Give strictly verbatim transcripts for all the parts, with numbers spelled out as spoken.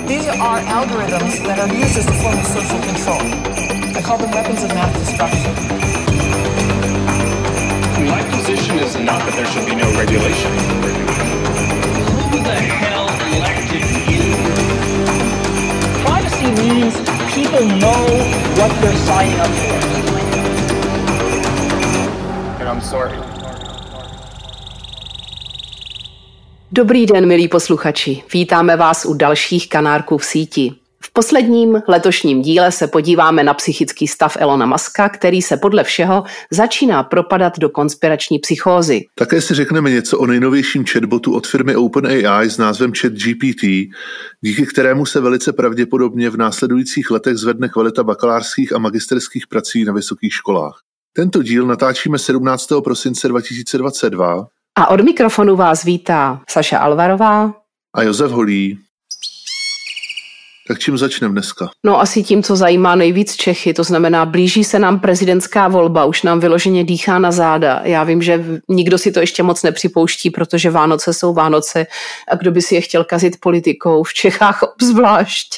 These are algorithms that are used as a form of social control. I call them weapons of mass destruction. My position is not that there should be no regulation. Who the hell elected you? Privacy means people know what they're signing up for. And I'm sorry. Dobrý den, milí posluchači. Vítáme vás u dalších Kanárků v síti. V posledním letošním díle se podíváme na psychický stav Elona Muska, který se podle všeho začíná propadat do konspirační psychózy. Také si řekneme něco o nejnovějším chatbotu od firmy OpenAI s názvem ChatGPT, díky kterému se velice pravděpodobně v následujících letech zvedne kvalita bakalářských a magisterských prací na vysokých školách. Tento díl natáčíme sedmnáctého prosince dva tisíce dvacet dva. A od mikrofonu vás vítá Saša Alvarová a Josef Holý. Tak čím začneme dneska? No asi tím, co zajímá nejvíc Čechy, to znamená, blíží se nám prezidentská volba, už nám vyloženě dýchá na záda. Já vím, že nikdo si to ještě moc nepřipouští, protože Vánoce jsou Vánoce a kdo by si je chtěl kazit politikou, v Čechách obzvlášť.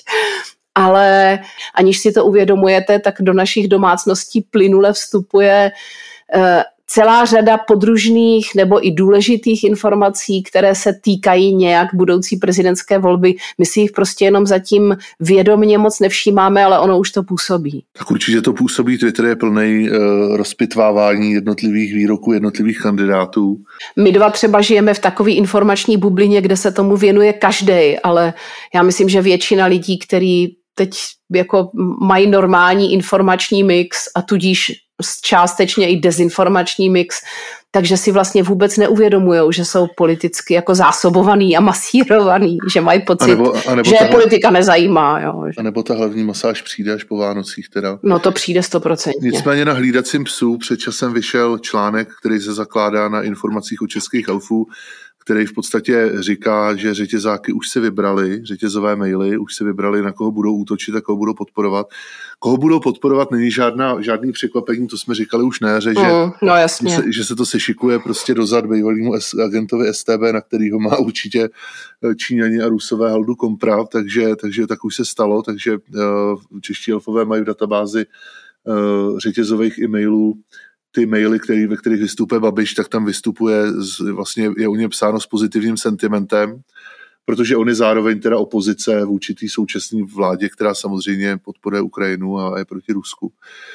Ale aniž si to uvědomujete, tak do našich domácností plynule vstupuje eh, celá řada podružných nebo i důležitých informací, které se týkají nějak budoucí prezidentské volby. My si jich prostě jenom zatím vědomně moc nevšímáme, ale ono už to působí. Tak určitě to působí. Twitter je plný uh, rozpitvávání jednotlivých výroků jednotlivých kandidátů. My dva třeba žijeme v takové informační bublině, kde se tomu věnuje každej, ale já myslím, že většina lidí, který teď jako mají normální informační mix a tudíž částečně i dezinformační mix, takže si vlastně vůbec neuvědomujou, že jsou politicky jako zásobovaný a masírovaný, že mají pocit, a nebo, a nebo že ta, politika nezajímá. Jo. A nebo ta hlavní masáž přijde až po Vánocích teda. No to přijde stoprocentně. Nicméně na Hlídacím psu před časem vyšel článek, který se zakládá na informacích o českých elfů, který v podstatě říká, že řetězáky už si vybrali, řetězové maily, už si vybrali, na koho budou útočit a koho budou podporovat. Koho budou podporovat, není žádná, žádný překvapení, to jsme říkali už na jaře, že, mm, no jasně. že, se, že se to sešikuje prostě dozad bývalýmu agentovi S T B, na kterýho má určitě Číňani a Rusové haldu kompra, takže, takže tak už se stalo, takže uh, čeští elfové mají v databázi uh, řetězových e-mailů ty maily, který, ve kterých vystupuje Babiš, tak tam vystupuje, z, vlastně je u něj psáno s pozitivním sentimentem, protože on je zároveň teda opozice vůči té současné vládě, která samozřejmě podporuje Ukrajinu a je proti Rusku.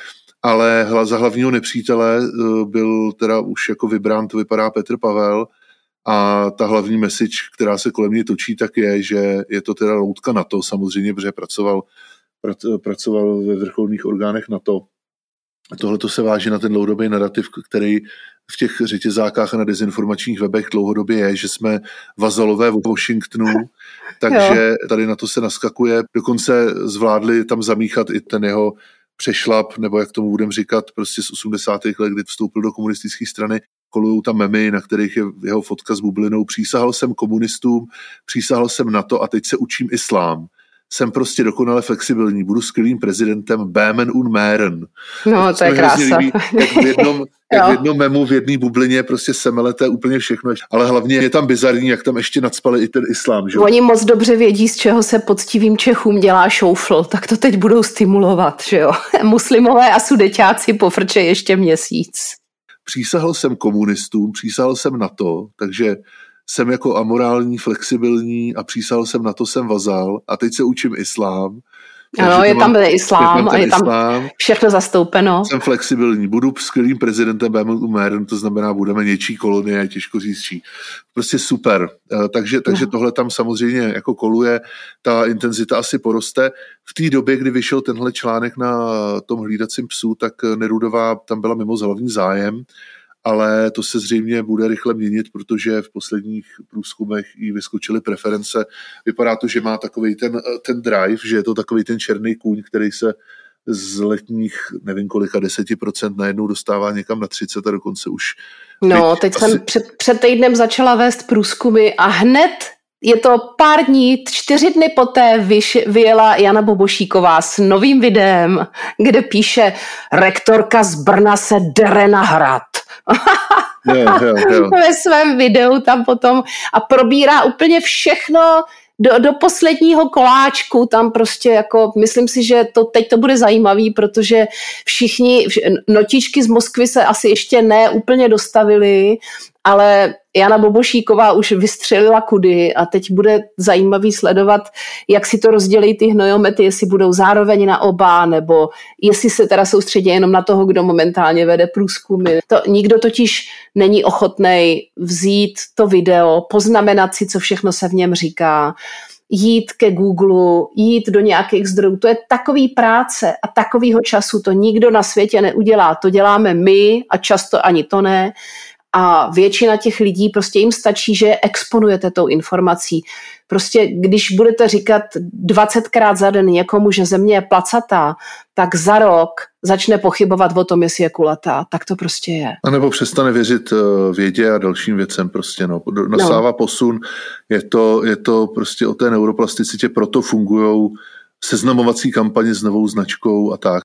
Ale za hlavního nepřítele byl teda už jako vybrán, to vypadá Petr Pavel, a ta hlavní message, která se kolem něj točí, tak je, že je to teda loutka NATO, samozřejmě, protože pracoval, pracoval ve vrcholných orgánech NATO. Tohle to se váží na ten dlouhodobý narrativ, který v těch řetězákách a na dezinformačních webech dlouhodobě je, že jsme vazalové v Washingtonu, takže jo. Tady na to se naskakuje. Dokonce zvládli tam zamíchat i ten jeho přešlap, nebo jak tomu budeme říkat, prostě z osmdesátých let, kdy vstoupil do komunistické strany. Kolujou tam memy, na kterých je jeho fotka s bublinou. Přísahal jsem komunistům, přísahal jsem NATO a teď se učím islám. Jsem prostě dokonale flexibilní, budu skvělým prezidentem, Bämen und Mähren. No, to je krása. Líbí, jak v jednom, jak v jednom memu, v jedné bublině prostě semelete úplně všechno. Ale hlavně je tam bizarní, jak tam ještě nacpali i ten islám. Že? Oni moc dobře vědí, z čeho se poctivým Čechům dělá šoufl, tak to teď budou stimulovat, že jo. Muslimové a sudeťáci pofrče ještě měsíc. Přísahal jsem komunistům, přísahal jsem NATO, takže jsem jako amorální, flexibilní a přísahal jsem na to, jsem vazal a teď se učím islám. Ano, je tam islám je a je tam islám. Všechno zastoupeno. Jsem flexibilní, budu skvělým prezidentem Bämen und Mähren, to znamená, budeme něčí kolonie, těžko říct čí. Prostě super. Takže, takže no. Tohle tam samozřejmě jako koluje, ta intenzita asi poroste. V té době, kdy vyšel tenhle článek na tom Hlídacím psu, tak Nerudová tam byla mimo hlavní zájem, ale to se zřejmě bude rychle měnit, protože v posledních průzkumech jí vyskočily preference. Vypadá to, že má takovej ten, ten drive, že je to takovej ten černý kůň, který se z letních, nevím kolika, deseti procent najednou dostává někam na třicet a dokonce už... No, teď asi... jsem před, před týdnem začala vést průzkumy a hned je to pár dní, čtyři dny poté vyš, vyjela Jana Bobošíková s novým videem, kde píše rektorka z Brna se dere na hrad. Jo, jo, jo. Ve svém videu tam potom a probírá úplně všechno do, do posledního koláčku tam prostě jako, myslím si, že to, teď to bude zajímavý, protože všichni, notičky z Moskvy se asi ještě ne úplně dostavily, ale Jana Bobošíková už vystřelila kudy a teď bude zajímavý sledovat, jak si to rozdělí ty hnojomety, jestli budou zároveň na oba, nebo jestli se teda soustředí jenom na toho, kdo momentálně vede průzkumy. To, nikdo totiž není ochotnej vzít to video, poznamenat si, co všechno se v něm říká, jít ke Google, jít do nějakých zdrojů. To je takový práce a takovýho času, to nikdo na světě neudělá. To děláme my a často ani to ne. A většina těch lidí prostě jim stačí, že exponujete tou informací. Prostě když budete říkat dvacetkrát za den někomu, že země je placatá, tak za rok začne pochybovat o tom, jestli je kulatá. Tak to prostě je. A nebo přestane věřit vědě a dalším věcem prostě. No. Nastává no. posun. Je to, je to prostě o té neuroplasticitě, proto fungujou seznamovací kampaně s novou značkou a tak.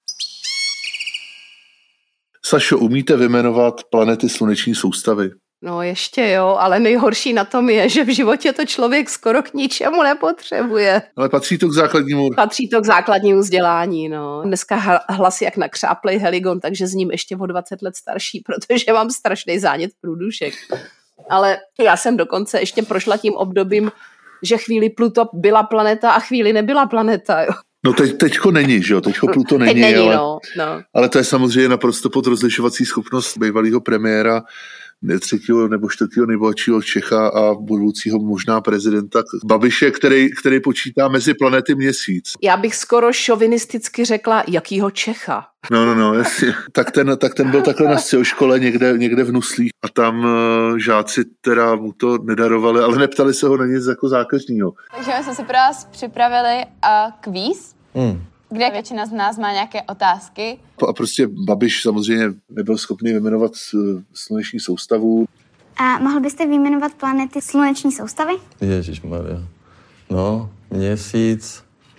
Sašo, umíte vyjmenovat planety sluneční soustavy? No ještě jo, ale nejhorší na tom je, že v životě to člověk skoro k ničemu nepotřebuje. Ale patří to k základnímu... Patří to k základnímu vzdělání, no. Dneska hlas jak nakřáplej heligon, takže s ním ještě o dvacet let starší, protože mám strašný zánět průdušek. Ale já jsem dokonce ještě prošla tím obdobím, že chvíli Pluto byla planeta a chvíli nebyla planeta, jo. No teď, teďko není, že jo, teďko Pluto není, Teď není ale, no, no. ale to je samozřejmě naprosto pod rozlišovací schopnost bývalého premiéra, třetího nebo čtvrtého nejbohatšího Čecha a budoucího možná prezidenta Babiše, který, který počítá mezi planety Měsíc. Já bych skoro šovinisticky řekla, jakýho Čecha. No, no, no, jasně. Tak ten, tak ten byl takhle na středoškole někde, někde v Nuslích a tam uh, žáci teda mu to nedarovali, ale neptali se ho na nic jako zákeřního. Takže my jsme si pro vás připravili uh, kvíz, Hmm. kde většina z nás má nějaké otázky. A prostě Babiš samozřejmě nebyl schopný vyjmenovat sluneční soustavu. A mohl byste vyjmenovat planety sluneční soustavy? Ježišmarja. No, Měsíc,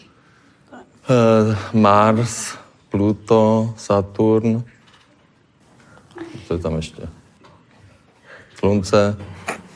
eh, Mars, Pluto, Saturn. Co je tam ještě? Slunce.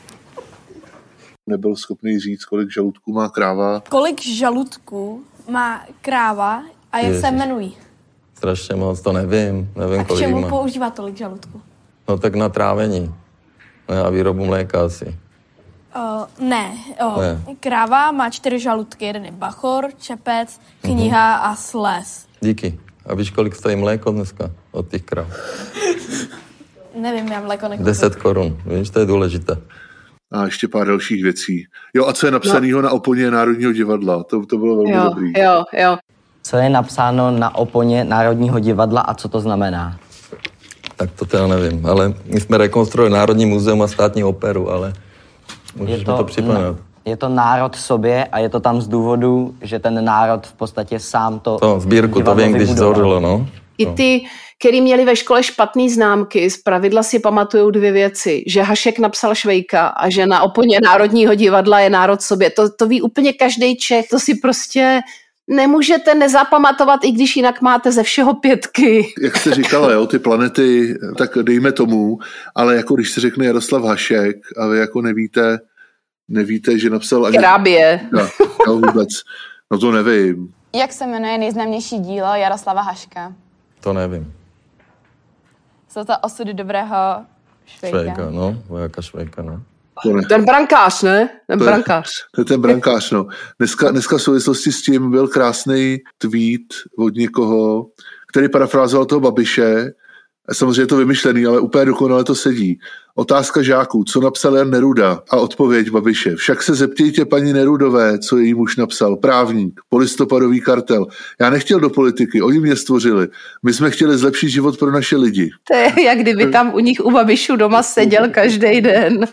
Nebyl schopný říct, kolik žaludků má kráva. Kolik žaludků má kráva a jak Ježiš. se jmenují? Strašně moc, to nevím. Nevím, A k kolik čemu má. používá tolik žaludků? No tak na trávení. A výrobu mléka asi. Uh, ne. Uh, Ne. Kráva má čtyři žaludky. Jeden je bachor, čepec, kniha a sles. Díky. A víš, kolik stojí mléko dneska od těch krav? Nevím, já mléko nekupuji. Deset korun. Víš, to je důležité. A ještě pár dalších věcí. Jo, a co je napsanýho no. na oponě Národního divadla? To, to bylo velmi jo, dobrý. Jo, jo. Co je napsáno na oponě Národního divadla a co to znamená? Tak to teda nevím, ale my jsme rekonstruovali Národní muzeum a Státní operu, ale můžeš mi to připomenout. Je to národ sobě a je to tam z důvodu, že ten národ v podstatě sám to... To sbírku, to vím, když zhořilo, no. I ty, který měli ve škole špatný známky, zpravidla si pamatujou dvě věci. Že Hašek napsal Švejka a že na oponě Národního divadla je národ sobě. To, to ví úplně každý Čech. To si prostě nemůžete nezapamatovat, i když jinak máte ze všeho pětky. Jak jste říkala, jo, ty planety, tak dejme tomu, ale jako když se řekne Jaroslav Hašek a vy jako nevíte, nevíte, že napsal... Ani... Krábě. No, no vůbec. No to nevím. Jak se jmenuje nejznámější dílo Jaroslava Haška? To nevím. Jsou to Osudy dobrého Švejka. Švejka, no, vojáka Švejka, no. Ten brankář, ne? Ten to brankář. Je, to je ten brankář, no. Dneska, dneska v souvislosti s tím byl krásný tweet od někoho, který parafrázoval toho Babiše. Samozřejmě je to vymyšlený, ale úplně dokonale to sedí. Otázka žáků, co napsal Jan Neruda? A odpověď Babiše. Však se zeptejte paní Nerudové, co její muž napsal. Právník, polistopadový kartel. Já nechtěl do politiky, oni mě stvořili. My jsme chtěli zlepšit život pro naše lidi. To je, jak kdyby tam u nich u Babišů doma seděl každý den.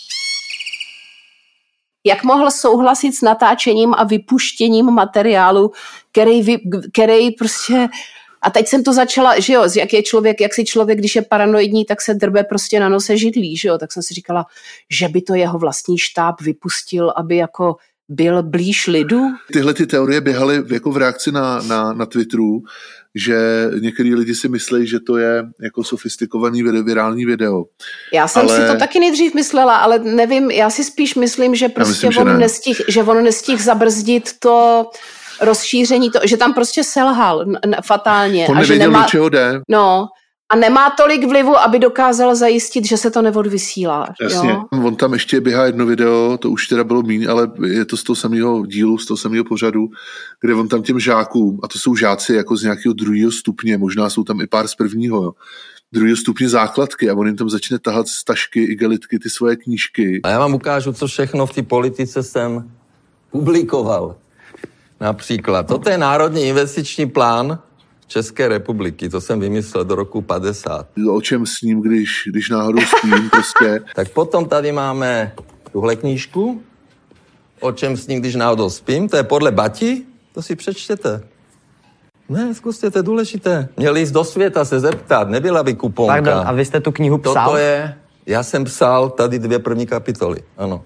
Jak mohl souhlasit s natáčením a vypuštěním materiálu, který, vy, který prostě... A teď jsem to začala, že jo, jak je člověk, jak si člověk, když je paranoidní, tak se drbe prostě na nose židlí, že jo, tak jsem si říkala, že by to jeho vlastní štáb vypustil, aby jako byl blíž lidu. Tyhle ty teorie běhaly jako v reakci na, na, na Twitteru, že některý lidi si myslí, že to je jako sofistikovaný virální video. Já jsem ale... si to taky nejdřív myslela, ale nevím, já si spíš myslím, že prostě myslím, on, že nestih, že on nestihl zabrzdit to rozšíření, to, že tam prostě selhal n- fatálně. On a nevěděl, že nemá, do čeho jde. No, a nemá tolik vlivu, aby dokázal zajistit, že se to neodvysílá. Jasně. Jo? On tam ještě běhá jedno video, to už teda bylo míň, ale je to z toho samého dílu, z toho samého pořadu, kde on tam těm žákům, a to jsou žáci jako z nějakého druhého stupně, možná jsou tam i pár z prvního, jo, druhého stupně základky a on jim tam začne tahat z tašky, igelitky, ty svoje knížky. A já vám ukážu, co všechno v té politice jsem publikoval. Například, toto je Národní investiční plán České republiky, to jsem vymyslel do roku padesát. O čem s ním, když, když náhodou spím prostě. Tak potom tady máme tuhle knížku, o čem s ním, když náhodou spím, to je podle Bati, to si přečtěte. Ne, zkuste, to je důležité. Měli jít do světa se zeptat, nebyla by kuponka. Pardon, a vy jste tu knihu psal? Toto je, já jsem psal tady dvě první kapitoly, ano.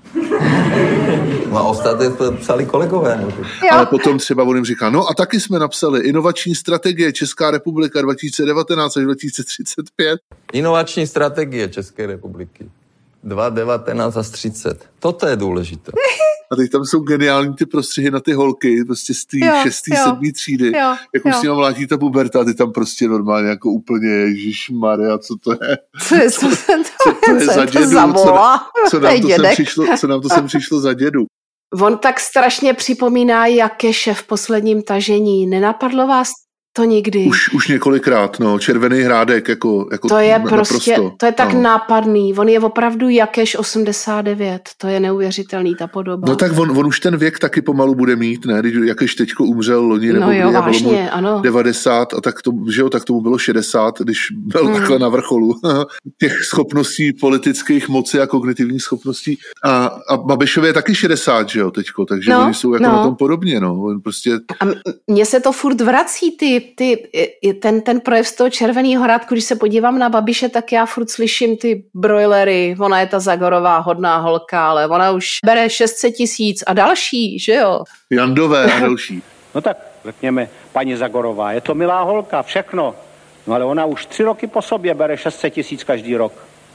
No a ostatně psali kolegové. Ale potom třeba on jim říká, no a taky jsme napsali inovační strategie Česká republika dva tisíce devatenáct až dva tisíce třicet pět. Inovační strategie České republiky dva tisíce devatenáct až třicet. Toto je důležité. A teď tam jsou geniální ty prostřihy na ty holky, prostě z té šestý, sedmý třídy, jo, jak už s nima mlátí ta puberta, ty tam prostě normálně jako úplně ježišmarja, co to je? Co je, co, co to je za dědu? Co, co, nám to sem přišlo, co nám to sem přišlo za dědu? On tak strašně připomíná Jakeše v Posledním tažení. Nenapadlo vás to nikdy? Už, už několikrát, no, Červený hrádek, jako, jako to je naprosto. prostě, to je tak no. nápadný. On je opravdu Jakeš osmdesát devět. To je neuvěřitelný, ta podoba. No tak on, on už ten věk taky pomalu bude mít, ne? Když Jakeš teďko umřel loni, nebo no jo, kdy, vážně, ano. devadesát, a tak, to, že jo, tak tomu bylo šedesát, když byl hmm. takhle na vrcholu těch schopností politických moci a kognitivních schopností. A, a Babišově je taky šedesát, že jo, teďko, takže no, oni jsou jako no. na tom podobně, no. On prostě... A mně se to furt vrací, ty Ty, ten, ten projev z toho Červeného hrádku, když se podívám na Babiše, tak já furt slyším ty brojlery, ona je ta Zagorová hodná holka, ale ona už bere šest set tisíc a další, že jo? Jandové a další. No tak řekněme, paní Zagorová, je to milá holka, všechno, no ale ona už tři roky po sobě bere šest set tisíc každý rok.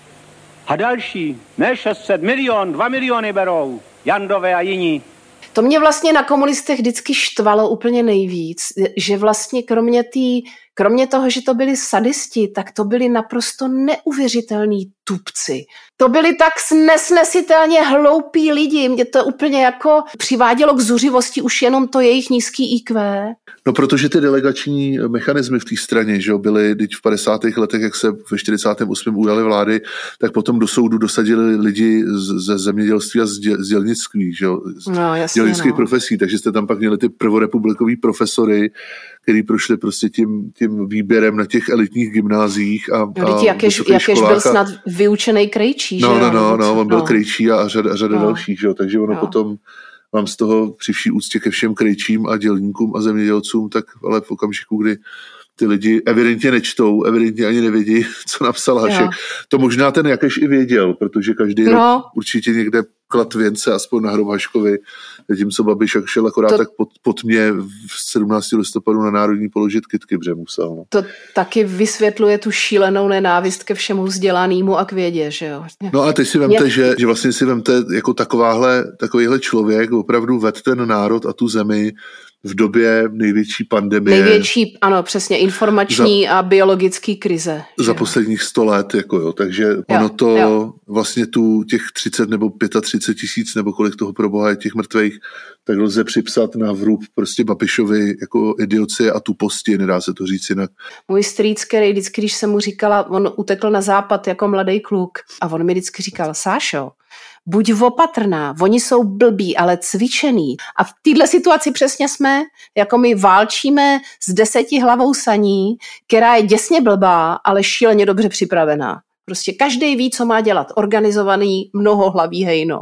A další, ne šest set, milion, dva miliony berou, Jandové a jiní. To mě vlastně na komunistech vždycky štvalo úplně nejvíc, že vlastně kromě tý, kromě toho, že to byli sadisti, tak to byli naprosto neuvěřitelní tupci. To byli tak nesnesitelně hloupí lidi. Mě to úplně jako přivádělo k zuřivosti už jenom to jejich nízký í kvé. No protože ty delegační mechanismy v té straně, že jo, byly teď v padesátých letech, jak se ve čtyřicátém osmém ujali vlády, tak potom do soudu dosadili lidi ze zemědělství a z dělnictví, že jo, z no, jasně, dělnických no. profesí, takže jste tam pak měli ty prvorepublikový profesory, který prošli prostě tím, tím výběrem na těch elitních gymnáziích a, no, a jakéž, jakéž byl snad vyučený krejčí, no, že no, no, no, on byl no. krejčí a řada, a řada no. dalších, že jo, takže ono no. potom mám z toho při vší úctě ke všem krejčím a dělníkům a zemědělcům, tak ale v okamžiku, kdy ty lidi evidentně nečtou, evidentně ani nevědí, co napsal Hašek. Jo. To možná ten Jakeš i věděl, protože každý no. rok určitě někde klad věnce aspoň na hrob Haškovi, zatímco Babiš šel akorát to... tak pod, pod mě v sedmnáctého listopadu na Národní položit kytky, protože musel. No. To taky vysvětluje tu šílenou nenávist ke všemu vzdělanému a k vědě, že jo? No a teď si vemte, Mě... že, že vlastně si vemte jako takováhle, takovýhle člověk opravdu ved ten národ a tu zemi v době největší pandemie. Největší, ano, přesně, informační za, a biologický krize. Za že? posledních sto let, jako jo, takže jo, ono to jo. vlastně tu těch třicet nebo třicet pět tisíc, nebo kolik toho pro boha je těch mrtvejch, tak lze připsat na vrub prostě Babišovi jako idiocie a tuposti, nedá se to říct jinak. Můj strýc, který vždycky, když jsem mu říkala, on utekl na západ jako mladý kluk a on mi vždycky říkal, Sášo, buď opatrná, oni jsou blbí, ale cvičený. A v této situaci přesně jsme, jako my válčíme s deseti hlavou saní, která je děsně blbá, ale šíleně dobře připravená. Prostě každý ví, co má dělat. Organizovaný, mnohohlavý hejno.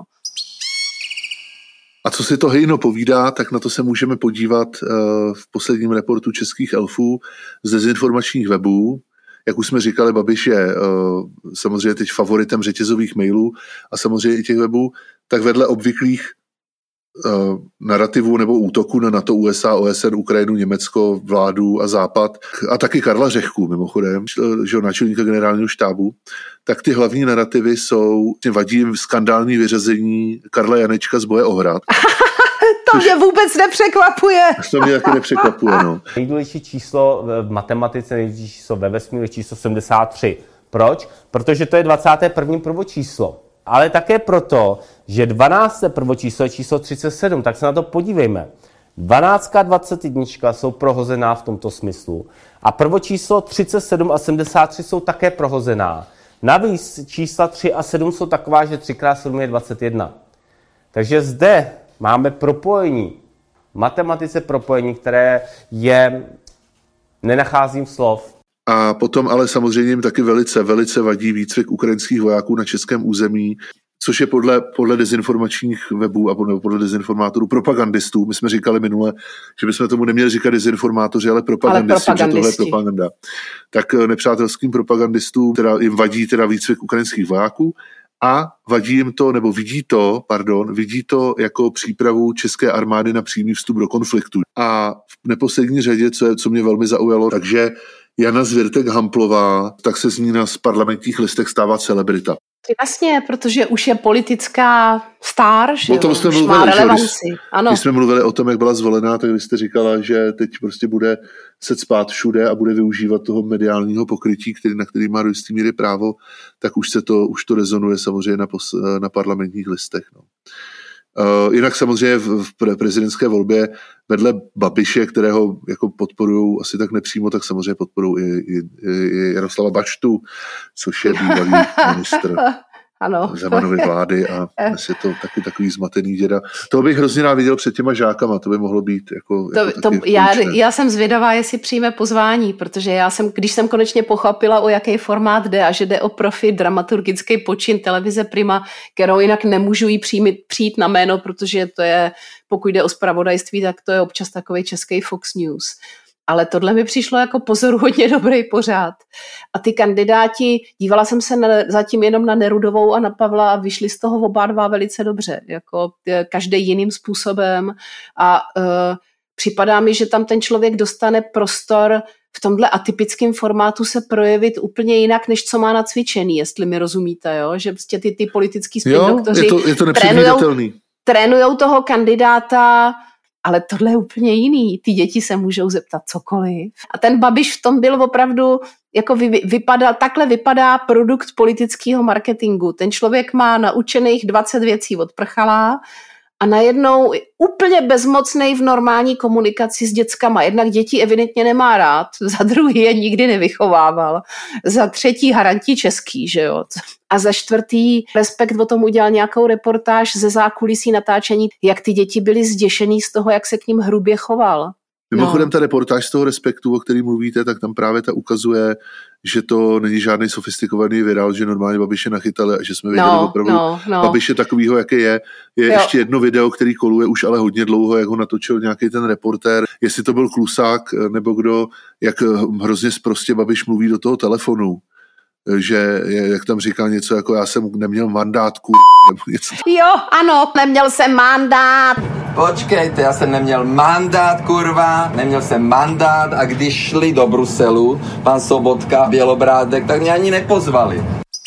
A co si to hejno povídá, tak na to se můžeme podívat v posledním reportu českých elfů z dezinformačních webů. Jak už jsme říkali, Babiš je uh, samozřejmě teď favoritem řetězových mailů a samozřejmě i těch webů, tak vedle obvyklých uh, narrativu nebo útoku na NATO, U S A, O S N, Ukrajinu, Německo, vládu a Západ a taky Karla Řehku mimochodem, že náčelníka generálního štábu, tak ty hlavní narrativy jsou, vadí jim skandální vyřazení Karla Janečka z boje o Hrad. To mě vůbec nepřekvapuje. To mě taky nepřekvapuje, no. Nejdůležitější číslo v matematice, nejdůležitější číslo ve vesmíru je číslo sedmdesát tři. Proč? Protože to je dvacáté první prvočíslo. Ale také proto, že dvanácté prvočíslo je číslo třicet sedm, tak se na to podívejme. dvanáct a dvacet jedna jsou prohozená v tomto smyslu. A prvočíslo třicet sedm a sedmdesát tři jsou také prohozená. Navíc čísla tři a sedm jsou taková, že tři krát sedm je dvacet jedna. Takže zde máme propojení, matematice propojení, které je, nenacházím slov. A potom ale samozřejmě jim taky velice, velice vadí výcvik ukrajinských vojáků na českém území, což je podle, podle dezinformačních webů a podle, podle dezinformátorů propagandistů. My jsme říkali minule, že bychom tomu neměli říkat dezinformátoři, ale propagandisti, že tohle je propaganda. Tak nepřátelským propagandistům teda jim vadí teda výcvik ukrajinských vojáků a vadí jim to, nebo vidí to, pardon, vidí to jako přípravu české armády na přímý vstup do konfliktu. A v neposlední řadě, co, je, co mě velmi zaujalo, takže Jana Zwirtek-Hamplová, tak se z ní na parlamentních listech stává celebrita. Jasně, protože už je politická star, že o tom jo, jsme už mluvili, má relevanci. Ano. Když jsme mluvili o tom, jak byla zvolená, tak vy jste říkala, že teď prostě bude se cpát všude a bude využívat toho mediálního pokrytí, který, na který má do jistý míry právo, tak už se to, už to rezonuje samozřejmě na, pos, na parlamentních listech. No. Uh, jinak samozřejmě v, v prezidentské volbě vedle Babiše, kterého jako podporují asi tak nepřímo, tak samozřejmě podporují i, i, i Jaroslava Baštu, což je bývalý ministr ano. Zemanovy vlády a dnes je to taky takový zmatený děda. To bych hrozně rád viděl před těma žákama, to by mohlo být jako, to, jako to, já, já jsem zvědavá, jestli přijme pozvání, protože já jsem, když jsem konečně pochopila, o jaký formát jde a že jde o profi dramaturgický počin televize Prima, kterou jinak nemůžu jí přijít, přijít na jméno, protože to je, pokud jde o zpravodajství, tak to je občas takový český Fox News. Ale tohle mi přišlo jako pozoruhodně dobrý pořád. A ty kandidáti, dívala jsem se na, zatím jenom na Nerudovou a na Pavla a vyšli z toho oba dva velice dobře. Jako každý jiným způsobem. A uh, připadá mi, že tam ten člověk dostane prostor v tomhle atypickém formátu se projevit úplně jinak, než co má nacvičený, jestli mi rozumíte, jo? Že prostě ty, ty politický spindoktoři trénujou, trénujou toho kandidáta. Ale tohle je úplně jiný. Ty děti se můžou zeptat cokoliv. A ten Babiš v tom byl opravdu, jako vy, vypadá, takhle vypadá produkt politického marketingu. Ten člověk má naučených dvacet věcí od prchala a najednou úplně bezmocnej v normální komunikaci s dětskama. Jednak děti evidentně nemá rád, za druhý je nikdy nevychovával, za třetí harantí český, že jo. A za čtvrtý Respekt o tom udělal nějakou reportáž ze zákulisí natáčení, jak ty děti byly zděšený z toho, jak se k ním hrubě choval. Mimochodem no. Ta reportáž z toho Respektu, o který mluvíte, tak tam právě ta ukazuje, že to není žádný sofistikovaný virál, že normálně Babiše nachytali a že jsme viděli no, opravdu no, no. Babiše takovýho, jaký je. Je jo. Ještě jedno video, který koluje už ale hodně dlouho, jak ho natočil nějaký ten reportér. Jestli to byl Klusák nebo kdo, jak hrozně sprostě Babiš mluví do toho telefonu. Že, jak tam říkal něco jako já jsem neměl mandát, kur... nebo něco. Jo, ano, neměl jsem mandát. Počkejte, já jsem neměl mandát, kurva, neměl jsem mandát a když šli do Bruselu, pan Sobotka, Bělobrádek, tak mě ani nepozvali.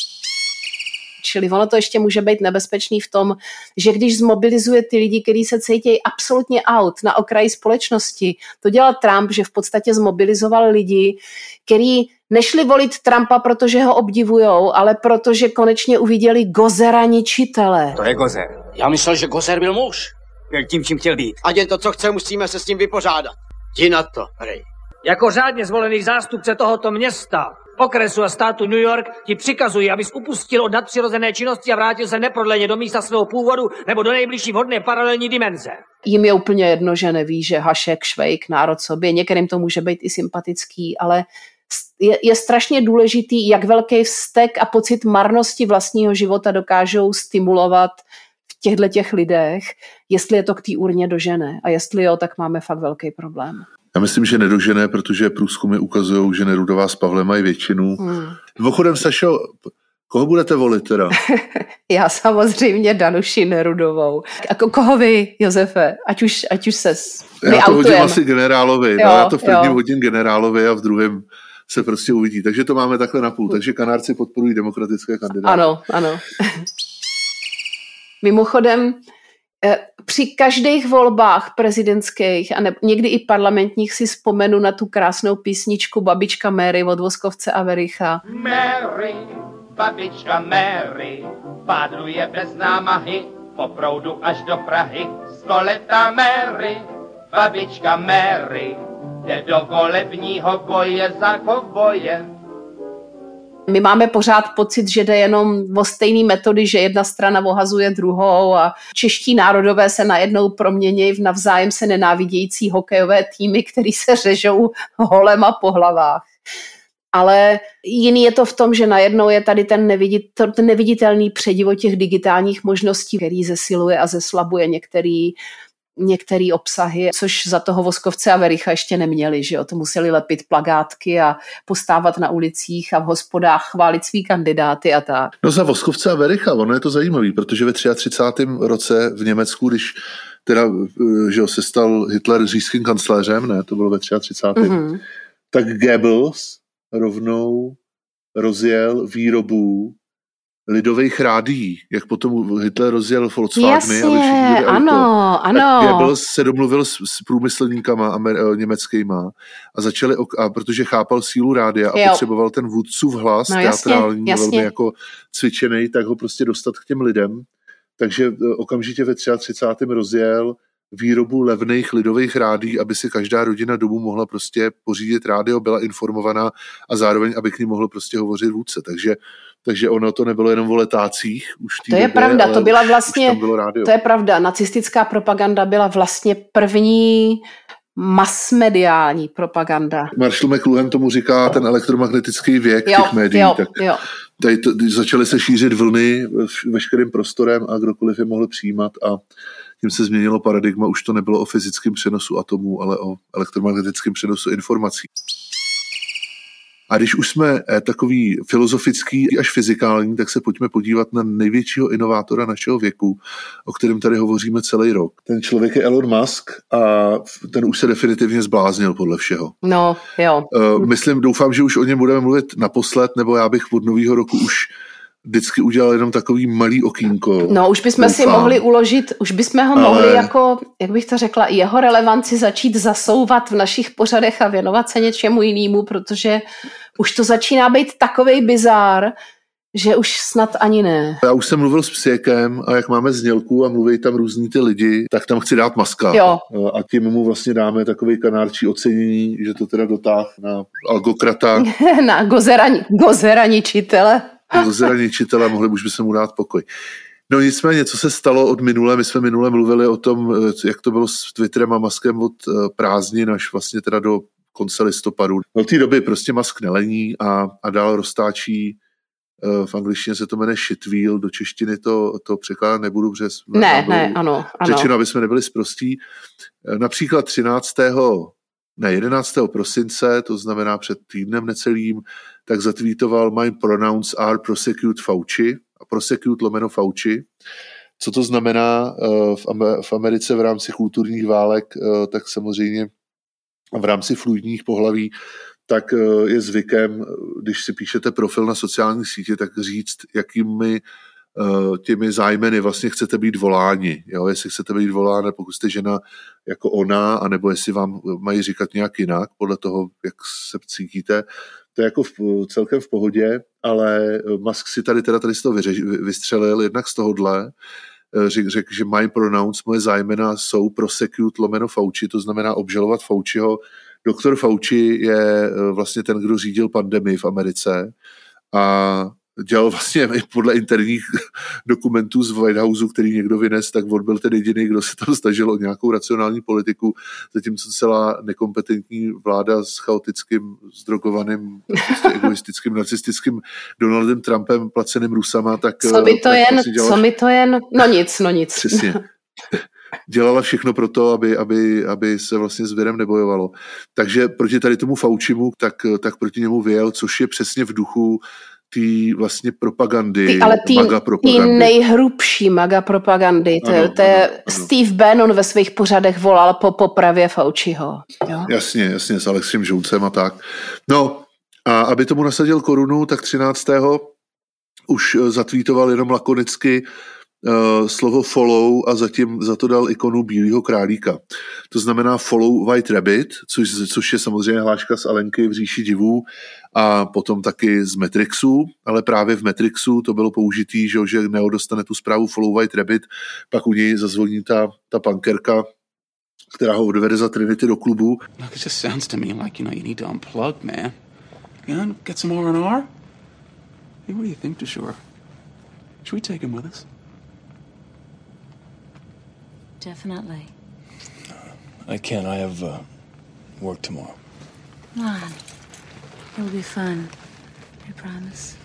Čili ono to ještě může být nebezpečný v tom, že když zmobilizuje ty lidi, kteří se cítí absolutně out na okraji společnosti, to dělal Trump, že v podstatě zmobilizoval lidi, kteří nešli volit Trumpa, protože ho obdivujou, ale protože konečně uviděli Gozera ničitele. To je Gozer. Já myslel, že Gozer byl muž. Byl tím, čím chtěl být. Ať je to, co chce, musíme se s tím vypořádat. Jdi na to, hrej. Jako řádně zvolený zástupce tohoto města, okresu a státu New York ti přikazuji, abys upustil od nadpřirozené činnosti a vrátil se neprodleně do místa svého původu nebo do nejbližší vhodné paralelní dimenze. Jim je úplně jedno, že neví, že Hašek, Švejk, národ sobě, některým to může být i sympatický, ale je, je strašně důležitý, jak velký vztek a pocit marnosti vlastního života dokážou stimulovat v těchto těch lidech, jestli je to k té urně dožene. A jestli jo, tak máme fakt velký problém. Já myslím, že nedožené, protože průzkumy ukazují, že Nerudová s Pavlem mají většinu. Hmm. Mimochodem, Sašo, Koho budete volit teda? Já samozřejmě Danuši Nerudovou. Jako koho vy, Josefe? Ať už, ať už se Já to hodím asi generálovi. Jo, no, já to v prvním jo. hodím generálovi a v druhém se prostě uvidí. Takže to máme takhle na půl. Takže Kanárci podporují demokratické kandidáty. Ano, ano. Mimochodem, při každých volbách prezidentských a ne, někdy i parlamentních si vzpomenu na tu krásnou písničku Babička Mary od Voskovce a Vericha. Mary, babička Mary, pádluje bez námahy po proudu až do Prahy. Stoletá Mary, babička Mary, jde do volebního boje za kovboje. My máme pořád pocit, že jde jenom o stejné metody, že jedna strana ohazuje druhou a čeští národové se najednou promění v navzájem se nenávidějící hokejové týmy, který se řežou holema po hlavách. Ale jiný je to v tom, že najednou je tady ten, nevidit, ten neviditelný předivo těch digitálních možností, který zesiluje a zeslabuje některý některé obsahy, což za toho Voskovce a Vericha ještě neměli, že jo, to museli lepit plakátky a postávat na ulicích a v hospodách chválit svý kandidáty a tak. No za Voskovce a Vericha, ono je to zajímavý, protože ve třicátém třetím roce v Německu, když teda, že jo, se stal Hitler říšským kancléřem, ne, to bylo ve třicátém třetím Mm-hmm. tak Goebbels rovnou rozjel výrobu lidových rádií, jak potom Hitler rozjel Volkswageny, aby všichni měli ano, auto. Ano. Tak Goebbels se domluvil s, s průmyslníkama amer, německýma a začali, a protože chápal sílu rádia a jo. potřeboval ten vůdcův hlas, no, teatrální, jasně, velmi jako cvičený, tak ho prostě dostat k těm lidem. Takže okamžitě ve třicátém třetím rozjel výrobu levných lidových rádií, aby si každá rodina domů mohla prostě pořídit rádio, byla informovaná a zároveň, aby k ní mohl prostě hovořit vůdce. Takže Takže ono to nebylo jenom o letácích. Už to je době, pravda, to byla vlastně, to je pravda, nacistická propaganda byla vlastně první masmediální propaganda. Marshall McLuhan tomu říká ten elektromagnetický věk jo, těch médií. Jo, tak jo. Tady to, začaly se šířit vlny veškerým prostorem a kdokoliv je mohl přijímat a tím se změnilo paradigma, už to nebylo o fyzickém přenosu atomů, ale o elektromagnetickém přenosu informací. A když už jsme takový filozofický až fyzikální, tak se pojďme podívat na největšího inovátora našeho věku, o kterém tady hovoříme celý rok. Ten člověk je Elon Musk a ten už se definitivně zbláznil podle všeho. No, jo. Uh, myslím, doufám, že už o něm budeme mluvit naposled, nebo já bych od nového roku už vždycky udělal jenom takový malý okýnko. No, už bychom doufám. si mohli uložit, už bychom ho Ale... mohli jako, jak bych to řekla, jeho relevanci začít zasouvat v našich pořadech a věnovat se něčemu jinému, protože už to začíná být takovej bizár, že už snad ani ne. Já už jsem mluvil s Psěkem a jak máme znělku a mluví tam různí ty lidi, tak tam chci dát Muska. Jo. A tím mu vlastně dáme takový kanárčí ocenění, že to teda dotáh na algokrata. na gozerani, gozeraničitele. Zraničitele, mohli už by se mu dát pokoj. No nicméně, co se stalo od minule, my jsme minule mluvili o tom, jak to bylo s Twitterem a Muskem od prázdnin až vlastně teda do konce listopadu. Od té doby prostě Musk nelení a, a dál roztáčí, v angličtině se to jmenuje shitwheel, do češtiny to, to překládat nebudu, protože ne, ne, ano, ano. řečeno, aby jsme nebyli sprostí. Například třináctého Ne, jedenáctého prosince, to znamená před týdnem necelým, tak zatvítoval My pronouns are prosecute Fauci, a prosecute lomeno Fauci. Co to znamená v Americe v rámci kulturních válek, tak samozřejmě v rámci fluidních pohlaví, tak je zvykem, když si píšete profil na sociální sítě, tak říct, jakými těmi zájmeny vlastně chcete být voláni. Jo? Jestli chcete být voláni, pokud jste žena jako ona, anebo jestli vám mají říkat nějak jinak, podle toho, jak se cítíte. To je jako v, celkem v pohodě, ale Musk si tady teda tady z toho vyřež, vystřelil, jednak z tohohle, řekl, řek, že my pronouns, moje zájmena jsou prosecute lomeno Fauci, to znamená obžalovat Fauciho. Doktor Fauci je vlastně ten, kdo řídil pandemii v Americe a dělal vlastně podle interních dokumentů z White Houseu, který někdo vynes, tak on byl ten jediný, kdo se tam snažil o nějakou racionální politiku, zatímco celá nekompetentní vláda s chaotickým, zdrogovaným, prostě egoistickým, narcistickým Donaldem Trumpem, placeným Rusama, tak... Co mi to tak jen, vlastně dělala... co mi to jen, no nic, no nic. Přesně. Dělala všechno pro to, aby, aby, aby se vlastně s virem nebojovalo. Takže proti tady tomu Faucimu, tak, tak proti němu vyjel, což je přesně v duchu té vlastně propagandy, ty, ale tý, maga propagandy. Ty nejhrubší maga propagandy. To, ano, to je ano, Steve ano. Bannon ve svých pořadech volal po popravě Fauciho. Jo? Jasně, jasně, s Alexem Žoucem a tak. No a aby tomu nasadil korunu, tak třináctého už zatvítoval jenom lakonicky uh, slovo follow a zatím za to dal ikonu bílého králíka. To znamená follow white rabbit, což, což je samozřejmě hláška z Alenky v říši divů a potom taky z Matrixu, ale právě v Matrixu to bylo použitý, že, že Neo dostane tu zprávu follow white rabbit, pak u něj zazvoní ta, ta punkerka, která ho odvede za Trinity do klubu. Look, it just sounds to me like, you know, you need to unplug, man. You know, get some R and R? Hey, what do you think, Deshore? Should we take him with us? Definitely. I can't. I have uh, work tomorrow. Come on. It'll be fun. I promise.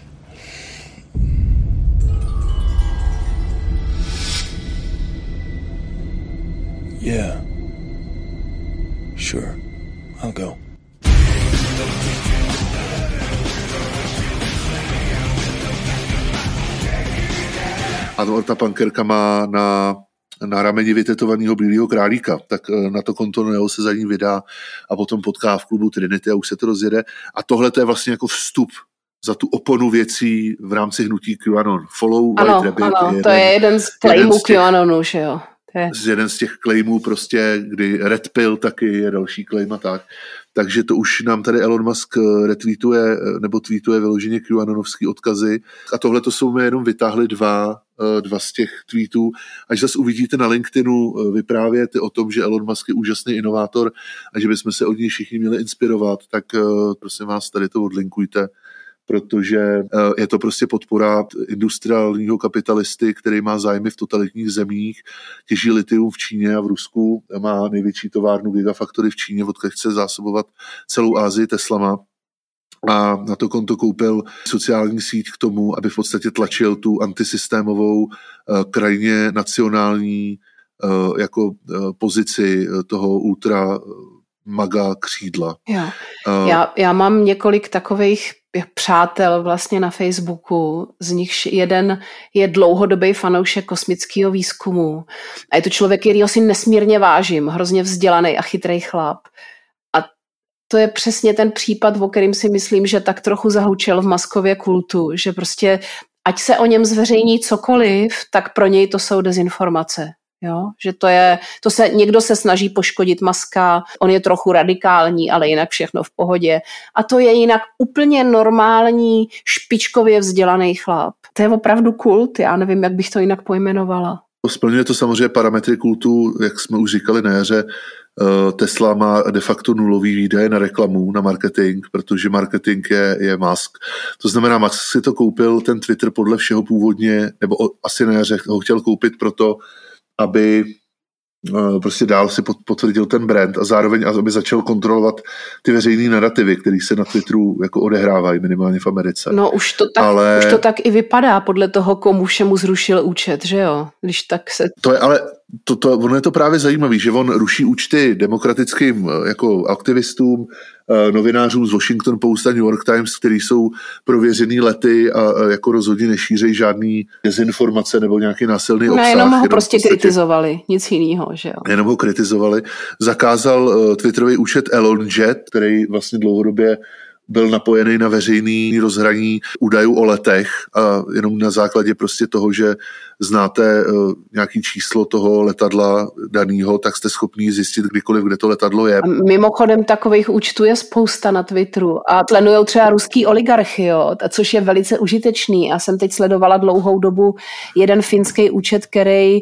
Yeah. Sure. I'll go. A ta pankerka má na, na rameni vytetovaného bílého králíka, tak na to konto Neo se za ní vydá a potom potká v klubu Trinity a už se to rozjede. A tohle to je vlastně jako vstup za tu oponu věcí v rámci hnutí QAnon. Follow ano, White Rabbit. Ano, je to je jeden z claimů QAnonu, že jo. Z jeden z těch claimů prostě, kdy Red Pill taky je další claim a tak. Takže to už nám tady Elon Musk retweetuje nebo tweetuje vyloženě QAnonovský odkazy. A tohle to jsou mi jenom vytáhli dva, dva z těch tweetů. Až zase uvidíte na LinkedInu vyprávět o tom, že Elon Musk je úžasný inovátor a že bychom se od něj všichni měli inspirovat, tak prosím vás, tady to odlinkujte, protože je to prostě podpora industriálního kapitalisty, který má zájmy v totalitních zemích, těží litium v Číně a v Rusku, má největší továrnu Gigafactory v Číně, odkud chce zásobovat celou Asii Teslama. A na to konto koupil sociální síť k tomu, aby v podstatě tlačil tu antisystémovou, krajně nacionální jako pozici toho ultra maga křídla. Jo. Já, já mám několik takových přátel vlastně na Facebooku, z nichž jeden je dlouhodobý fanoušek kosmického výzkumu a je to člověk, kterýho si nesmírně vážím, hrozně vzdělaný a chytrý chlap. A to je přesně ten případ, o kterým si myslím, že tak trochu zahučel v Muskově kultu, že prostě ať se o něm zveřejní cokoliv, tak pro něj to jsou dezinformace. Jo? Že to je, to se, někdo se snaží poškodit Muska, on je trochu radikální, ale jinak všechno v pohodě. A to je jinak úplně normální, špičkově vzdělaný chlap. To je opravdu kult, já nevím, jak bych to jinak pojmenovala. Splňuje to samozřejmě parametry kultu, jak jsme už říkali na jaře. Tesla má de facto nulový výdaje na reklamu, na marketing, protože marketing je, je Musk. To znamená, Musk si to koupil, ten Twitter podle všeho původně, nebo asi na jaře ho chtěl koupit proto, aby prostě dál si potvrdil ten brand a zároveň aby začal kontrolovat ty veřejné narrativy, které se na Twitteru jako odehrávají, minimálně v Americe. No už to tak, ale... už to tak i vypadá podle toho, komu všemu zrušil účet, že jo? Když tak se... To je ale, to, to, ono je to právě zajímavý, že on ruší účty demokratickým jako aktivistům, novinářům z Washington Post a New York Times, který jsou prověřený lety a jako rozhodně nešířejí žádný dezinformace nebo nějaký násilný obsah. No, jenom ho prostě podstatě, kritizovali, nic jiného, že jo. Jenom ho kritizovali. Zakázal uh, Twitterový účet Elon Jet, který vlastně dlouhodobě byl napojený na veřejný rozhraní údajů o letech a jenom na základě prostě toho, že znáte uh, nějaký číslo toho letadla danýho, tak jste schopní zjistit kdykoliv, kde to letadlo je. Mimochodem takových účtů je spousta na Twitteru a tlenujou třeba ruský oligarchy, jo, což je velice užitečný. Já jsem teď sledovala dlouhou dobu jeden finský účet, který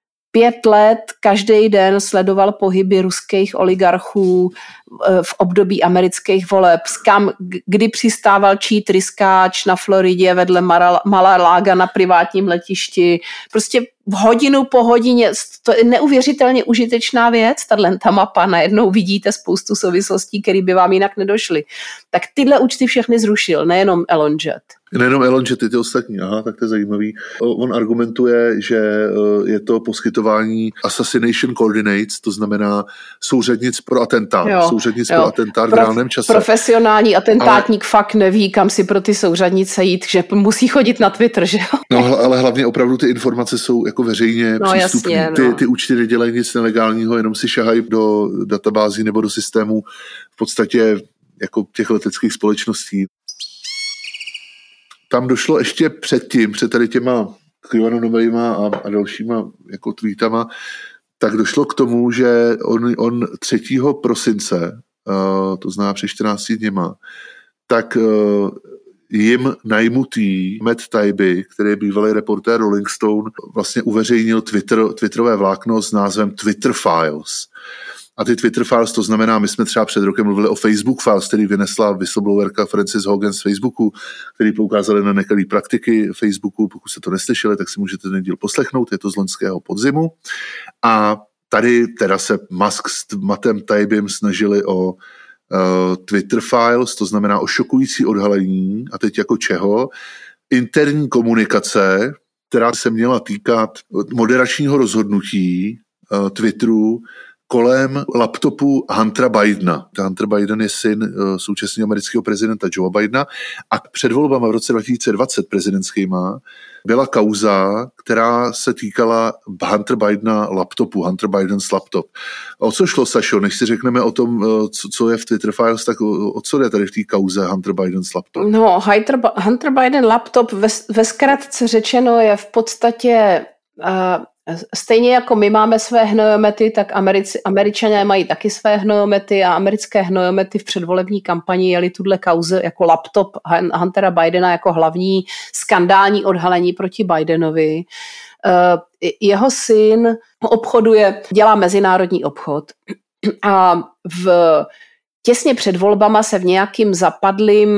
pět let každý den sledoval pohyby ruských oligarchů v období amerických voleb, kam, kdy přistával čí tryskáč na Floridě vedle Mar-a-Laga na privátním letišti. Prostě v hodinu po hodině, to je neuvěřitelně užitečná věc, tato mapa, najednou vidíte spoustu souvislostí, které by vám jinak nedošly. Tak tyhle účty všechny zrušil, nejenom ElonJet. Nejenom ElonJet, ty, ty ostatní, aha, tak to je zajímavý. On argumentuje, že je to poskytování assassination coordinates, to znamená souřadnic pro atentát. Jo, souřadnic jo. pro atentát v Prof, reálném čase. Profesionální atentátník ale, fakt neví, kam si pro ty souřadnice jít, že musí chodit na Twitter, že jo? No, ale hlavně opravdu ty informace jsou jako veřejně no, přístupné. Jasně, ty, no. ty účty nedělají nic nelegálního, jenom si šahají do databází nebo do systému v podstatě jako těch leteckých společností. Tam došlo ještě předtím, před tady těma QAnonovejma a, a dalšíma jako tweetama, tak došlo k tomu, že on, on třetího prosince, uh, to znamená před čtrnácti dněma, tak uh, jim najmutý Matt Taibbi, který je bývalý reportér Rolling Stone, vlastně uveřejnil Twitter, twitterové vlákno s názvem Twitter Files. A ty Twitter Files, to znamená, my jsme třeba před rokem mluvili o Facebook Files, který vynesla whistleblowerka Frances Hogan z Facebooku, který poukázali na nekalý praktiky Facebooku. Pokud se to neslyšeli, tak si můžete ten díl poslechnout, je to z loňského podzimu. A tady teda se Musk s Mattem Taibbim snažili o uh, Twitter Files, to znamená o šokující odhalení, a teď jako čeho, interní komunikace, která se měla týkat moderačního rozhodnutí uh, Twitteru kolem laptopu Huntera Bidena. Hunter Biden je syn uh, současného amerického prezidenta Joea Bidena a před volbama v roce dva tisíce dvacet prezidentskýma byla kauza, která se týkala Hunter Bidena laptopu, Hunter Biden's laptop. O co šlo, Sašo? Než si řekneme o tom, co, co je v Twitter Files, tak o, o co jde tady v té kauze Hunter Biden's laptop? No, Hunter, Hunter Biden laptop ve, ve zkratce řečeno je v podstatě uh, stejně jako my máme své hnojomety, tak Americi, Američané mají taky své hnojomety a americké hnojomety v předvolební kampani jeli tuhle kauze jako laptop Huntera Bidena jako hlavní skandální odhalení proti Bidenovi. Jeho syn obchoduje, dělá mezinárodní obchod a v, těsně před volbama se v nějakým zapadlým,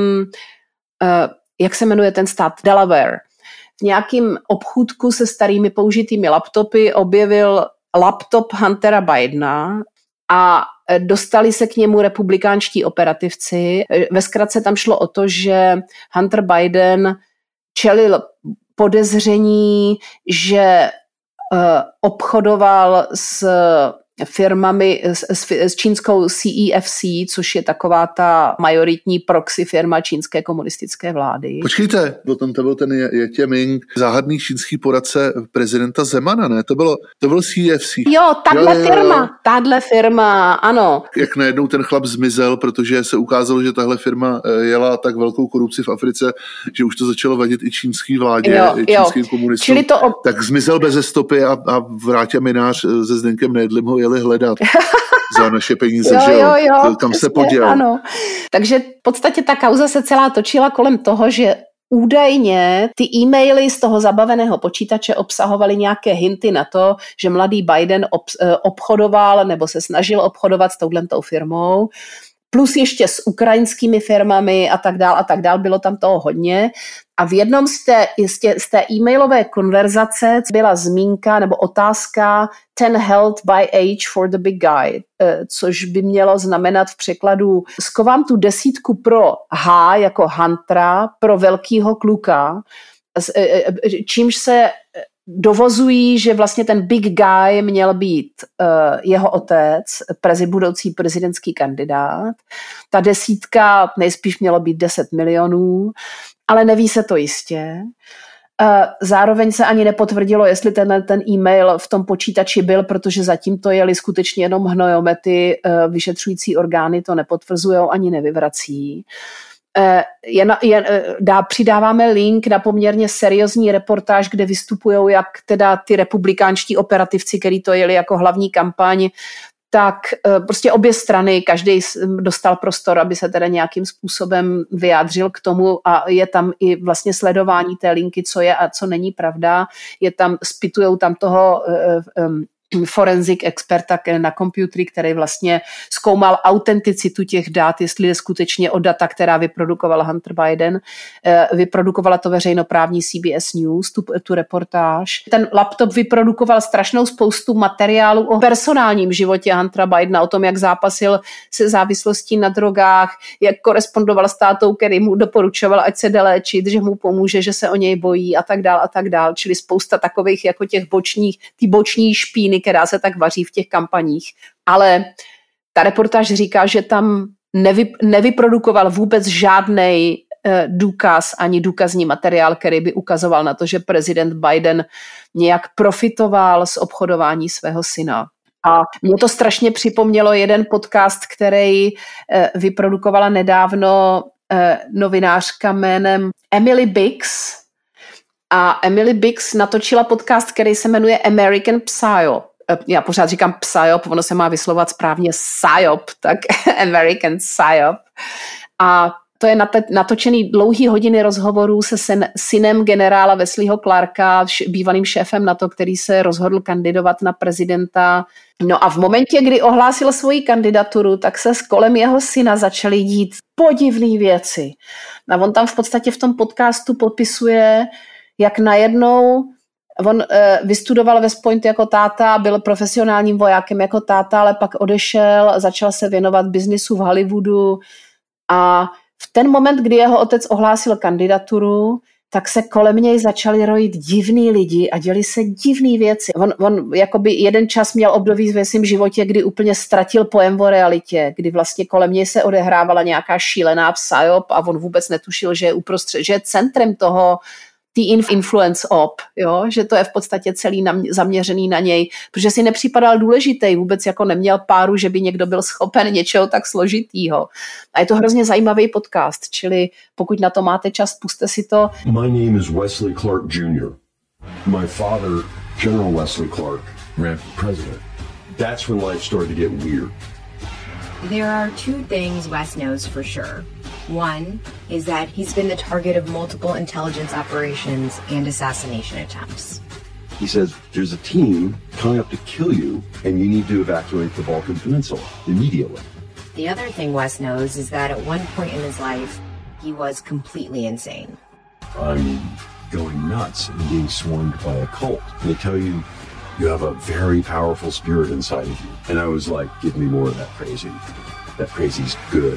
jak se jmenuje ten stát, Delaware, v nějakým obchůdku se starými použitými laptopy objevil laptop Huntera Bidena a dostali se k němu republikánští operativci. Ve zkratce tam šlo o to, že Hunter Biden čelil podezření, že uh, obchodoval s firmami, s, s čínskou C E F C, což je taková ta majoritní proxy firma čínské komunistické vlády. Počkejte, potom to byl ten Jetě Ming, záhadný čínský poradce prezidenta Zemana, ne? To bylo, to byl C E F C. Jo, tahle jo, jo, firma, jo. tahle firma, ano. Jak najednou ten chlap zmizel, protože se ukázalo, že tahle firma jela tak velkou korupci v Africe, že už to začalo vadit i čínský vládě, jo, i čínským komunistům. Čili to ob... Tak zmizel beze stopy a, a Vráťa Minář se Zdenkem Nejedlým ho jeli hledat za naše peníze, jo, že jo, jo, jo kam přesně, se poděl. Ano. Takže v podstatě ta kauza se celá točila kolem toho, že údajně ty e-maily z toho zabaveného počítače obsahovaly nějaké hinty na to, že mladý Biden ob- obchodoval nebo se snažil obchodovat s touhletou firmou, plus ještě s ukrajinskými firmami a tak dál a tak dál, bylo tam toho hodně. A v jednom z té, z té e-mailové konverzace byla zmínka nebo otázka ten held by age for the big guy, což by mělo znamenat v překladu skovám tu desítku pro H jako Huntera, pro velkýho kluka, čímž se dovozují, že vlastně ten big guy měl být uh, jeho otec, prezi, budoucí prezidentský kandidát. Ta desítka nejspíš mělo být deset milionů, ale neví se to jistě. Uh, zároveň se ani nepotvrdilo, jestli ten, ten e-mail v tom počítači byl, protože zatím to jeli skutečně jenom hnojomety, uh, vyšetřující orgány to nepotvrzují ani nevyvrací. Je, je, dá, přidáváme link na poměrně seriózní reportáž, kde vystupují jak teda ty republikánští operativci, který to jeli jako hlavní kampaň, tak prostě obě strany, každý dostal prostor, aby se teda nějakým způsobem vyjádřil k tomu a je tam i vlastně sledování té linky, co je a co není pravda. Je tam, spitujou tam toho um, forenzik experta na počítači, který vlastně zkoumal autenticitu těch dat, jestli je skutečně o data, která vyprodukoval Hunter Biden. Vyprodukovala to veřejnoprávní C B S News, tu, tu reportáž. Ten laptop vyprodukoval strašnou spoustu materiálu o personálním životě Huntera Bidena, o tom, jak zápasil se závislostí na drogách, jak korespondoval s tátou, který mu doporučoval, ať se jde léčit, že mu pomůže, že se o něj bojí a tak dál a tak dál. Čili spousta takových jako těch bočních, ty boční špíny, která se tak vaří v těch kampaních. Ale ta reportáž říká, že tam nevy, nevyprodukoval vůbec žádnej eh, důkaz ani důkazní materiál, který by ukazoval na to, že prezident Biden nějak profitoval z obchodování svého syna. A mě to strašně připomnělo jeden podcast, který eh, vyprodukovala nedávno eh, novinářka jménem Emily Biggs. A Emily Biggs natočila podcast, který se jmenuje American Psyop. Já pořád říkám Psyop, ono se má vyslovat správně Psyop, tak American Psyop. A to je natočený dlouhý hodiny rozhovorů se sen, synem generála Wesleyho Clarka, bývalým šéfem NATO, který se rozhodl kandidovat na prezidenta. No a v momentě, kdy ohlásil svoji kandidaturu, tak se kolem jeho syna začaly dít podivné věci. A on tam v podstatě v tom podcastu popisuje, jak najednou on e, vystudoval West Point jako táta, byl profesionálním vojákem jako táta, ale pak odešel, začal se věnovat biznisu v Hollywoodu a v ten moment, kdy jeho otec ohlásil kandidaturu, tak se kolem něj začali rojit divný lidi a děli se divný věci. On, on jakoby jeden čas měl období ve svém životě, kdy úplně ztratil pojem o realitě, kdy vlastně kolem něj se odehrávala nějaká šílená psyop a on vůbec netušil, že je uprostřed, že je centrem toho tý influence op, jo? Že to je v podstatě celý na, zaměřený na něj, protože si nepřipadal důležitý, vůbec jako neměl páru, že by někdo byl schopen něčeho tak složitýho. A je to hrozně zajímavý podcast, čili pokud na to máte čas, puste si to. My name is Wesley Clark Junior My father, General Wesley Clark, ran for president. That's when life started to get weird. There are two things Wes knows for sure. One is that he's been the target of multiple intelligence operations and assassination attempts. He says there's a team coming up to kill you and you need to evacuate the Balkan Peninsula immediately. The other thing Wes knows is that at one point in his life, he was completely insane. I'm going nuts and being swarmed by a cult. And they tell you you have a very powerful spirit inside of you. And I was like, give me more of that crazy. That crazy's good.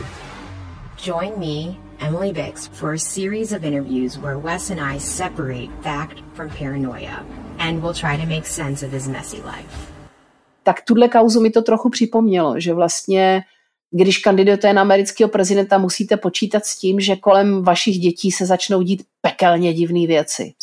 Join me, Emily Biggs, for a series of interviews where Wes and I separate fact from paranoia, and we'll try to make sense of his messy life. Tak tuhle kauzu mi to trochu připomnělo, že vlastně, když kandidujete na amerického prezidenta, musíte počítat s tím, že kolem vašich dětí se začnou dít pekelně divné věci.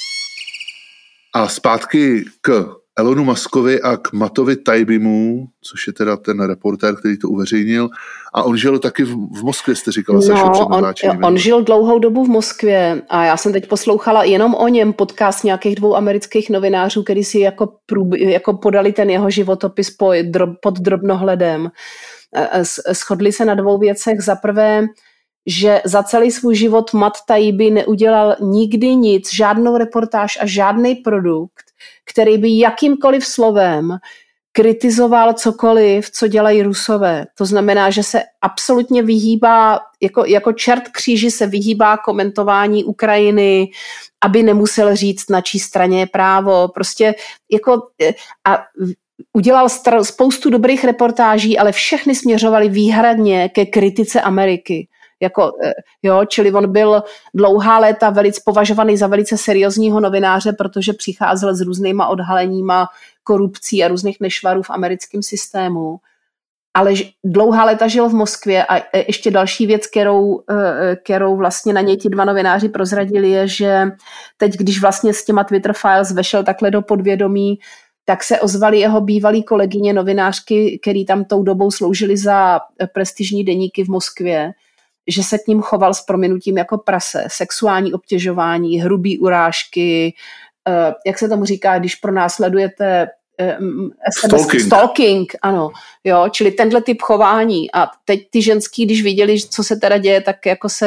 A zpátky k Elonu Muskovi a k Mattovi Taibbimu, což je teda ten reportér, který to uveřejnil. A on žil taky v, v Moskvě, jste říkala, no, Sašo, před on, on žil dlouhou dobu v Moskvě a já jsem teď poslouchala jenom o něm podcast nějakých dvou amerických novinářů, který si jako, průb, jako podali ten jeho životopis po, drob, pod drobnohledem. Shodli se na dvou věcech. Za prvé, že za celý svůj život Matt Taibbi neudělal nikdy nic, žádnou reportáž a žádný produkt, který by jakýmkoliv slovem kritizoval cokoliv, co dělají Rusové. To znamená, že se absolutně vyhýbá, jako, jako čert kříži se vyhýbá komentování Ukrajiny, aby nemusel říct, na čí straně je právo. Prostě jako a udělal spoustu dobrých reportáží, ale všechny směřovaly výhradně ke kritice Ameriky. Jako, jo, čili on byl dlouhá léta velice považovaný za velice seriózního novináře, protože přicházel s různýma odhaleníma korupcí a různých nešvarů v americkém systému. Ale dlouhá léta žil v Moskvě a ještě další věc, kterou, kterou vlastně na něj ti dva novináři prozradili, je, že teď, když vlastně s těma Twitter Files vešel takhle do podvědomí, tak se ozvali jeho bývalý kolegyně novinářky, který tam tou dobou sloužili za prestižní deníky v Moskvě, že se k ním choval s prominutím jako prase, sexuální obtěžování, hrubý urážky, jak se tomu říká, když pronásledujete es em es, stalking. stalking, ano, jo, čili tenhle typ chování. A teď ty ženský, když viděli, co se teda děje, tak jako se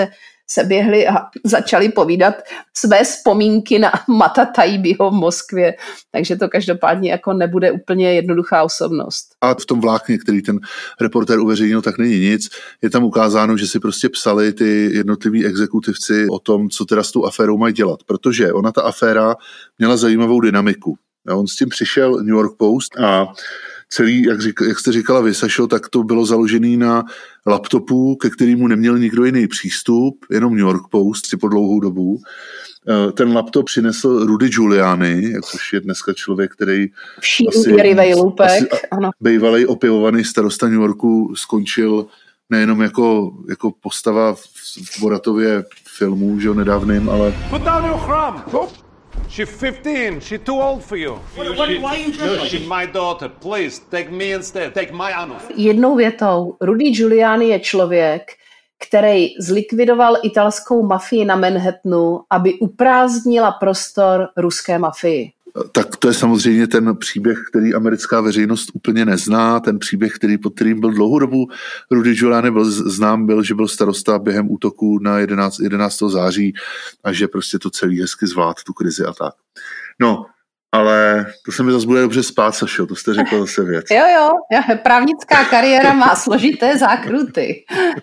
se běhli a začali povídat své vzpomínky na Mata Taibbiho v Moskvě. Takže to každopádně jako nebude úplně jednoduchá osobnost. A v tom vlákně, který ten reportér uveřejnil, tak není nic. Je tam ukázáno, že si prostě psali ty jednotliví exekutivci o tom, co teda s tou aférou mají dělat. Protože ona, ta aféra, měla zajímavou dynamiku. On s tím přišel New York Post a celý, jak, řík, jak jste říkala vy, Sašo, tak to bylo založené na laptopu, ke kterému neměl nikdo jiný přístup, jenom New York Post si po dlouhou dobu. Ten laptop přinesl Rudy Giuliani, což je dneska člověk, který asi, asi bývalej opěvovaný starosta New Yorku skončil nejenom jako, jako postava v, v Boratově filmu, že jo, nedávným, ale... Put down your crumb! She's fifteen. She's too old for you. What, what, why are you No, she's my daughter. Please, take me instead. Take my Anu. Jednou větou. Rudy Giuliani je člověk, který zlikvidoval italskou mafii na Manhattanu, aby uprázdnila prostor ruské mafii. Tak to je samozřejmě ten příběh, který americká veřejnost úplně nezná, ten příběh, který pod kterým byl dlouhou dobu Rudy Giuliani byl znám, byl, že byl starosta během útoku na jedenáctého září a že prostě to celý hezky zvlád, tu krizi a tak. No, ale to se mi zase bude dobře spát, Sašo, to jste řekl zase věc. Jo, jo, právnická kariéra má složité zákruty.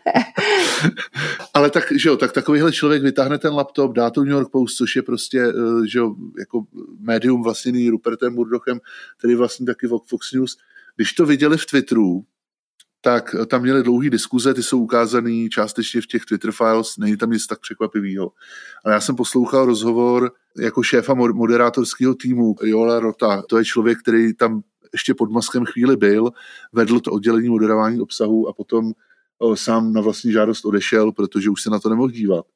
Ale tak, že jo, tak takovýhle člověk vytáhne ten laptop, dá to New York Post, což je prostě, že jo, jako médium vlastněný Rupertem Murdochem, který vlastně taky Fox News. Když to viděli v Twitteru, tak tam měli dlouhý diskuze, ty jsou ukázaný částečně v těch Twitter files, není tam nic tak překvapivého. Ale já jsem poslouchal rozhovor jako šéfa moderátorského týmu Joela Rota, to je člověk, který tam ještě pod maskem chvíli byl, vedl to oddělení moderování obsahu a potom o, sám na vlastní žádost odešel, protože už se na to nemohl dívat.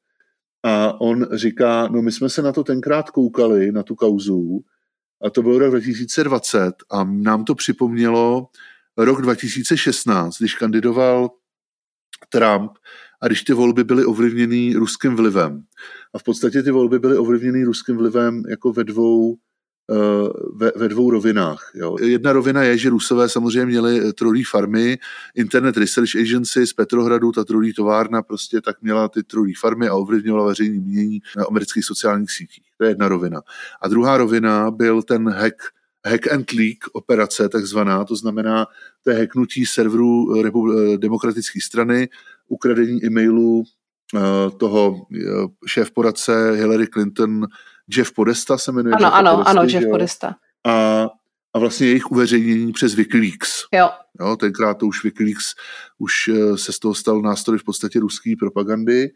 A on říká, no my jsme se na to tenkrát koukali, na tu kauzu, a to byl rok dva tisíce dvacet a nám to připomnělo rok dva tisíce šestnáct, když kandidoval Trump a když ty volby byly ovlivněny ruským vlivem. A v podstatě ty volby byly ovlivněny ruským vlivem jako ve dvou, ve, ve dvou rovinách. Jo. Jedna rovina je, že Rusové samozřejmě měli trolí farmy, Internet Research Agency z Petrohradu, ta trolí továrna prostě tak měla ty trolí farmy a ovlivňovala veřejné mínění na amerických sociálních sítích. To je jedna rovina. A druhá rovina byl ten hack hack and leak operace takzvaná, to znamená to je hacknutí serveru Repu- demokratické strany, ukradení e-mailů uh, toho uh, šéfporadce Hillary Clinton, Jeff Podesta se jmenuje. Ano, Jeff ano, Podesta, ano, Jeff Podesta. A, a vlastně jejich uveřejnění přes Wikileaks. Jo. Jo, tenkrát to už Wikileaks, už uh, se z toho stal nástroj v podstatě ruské propagandy.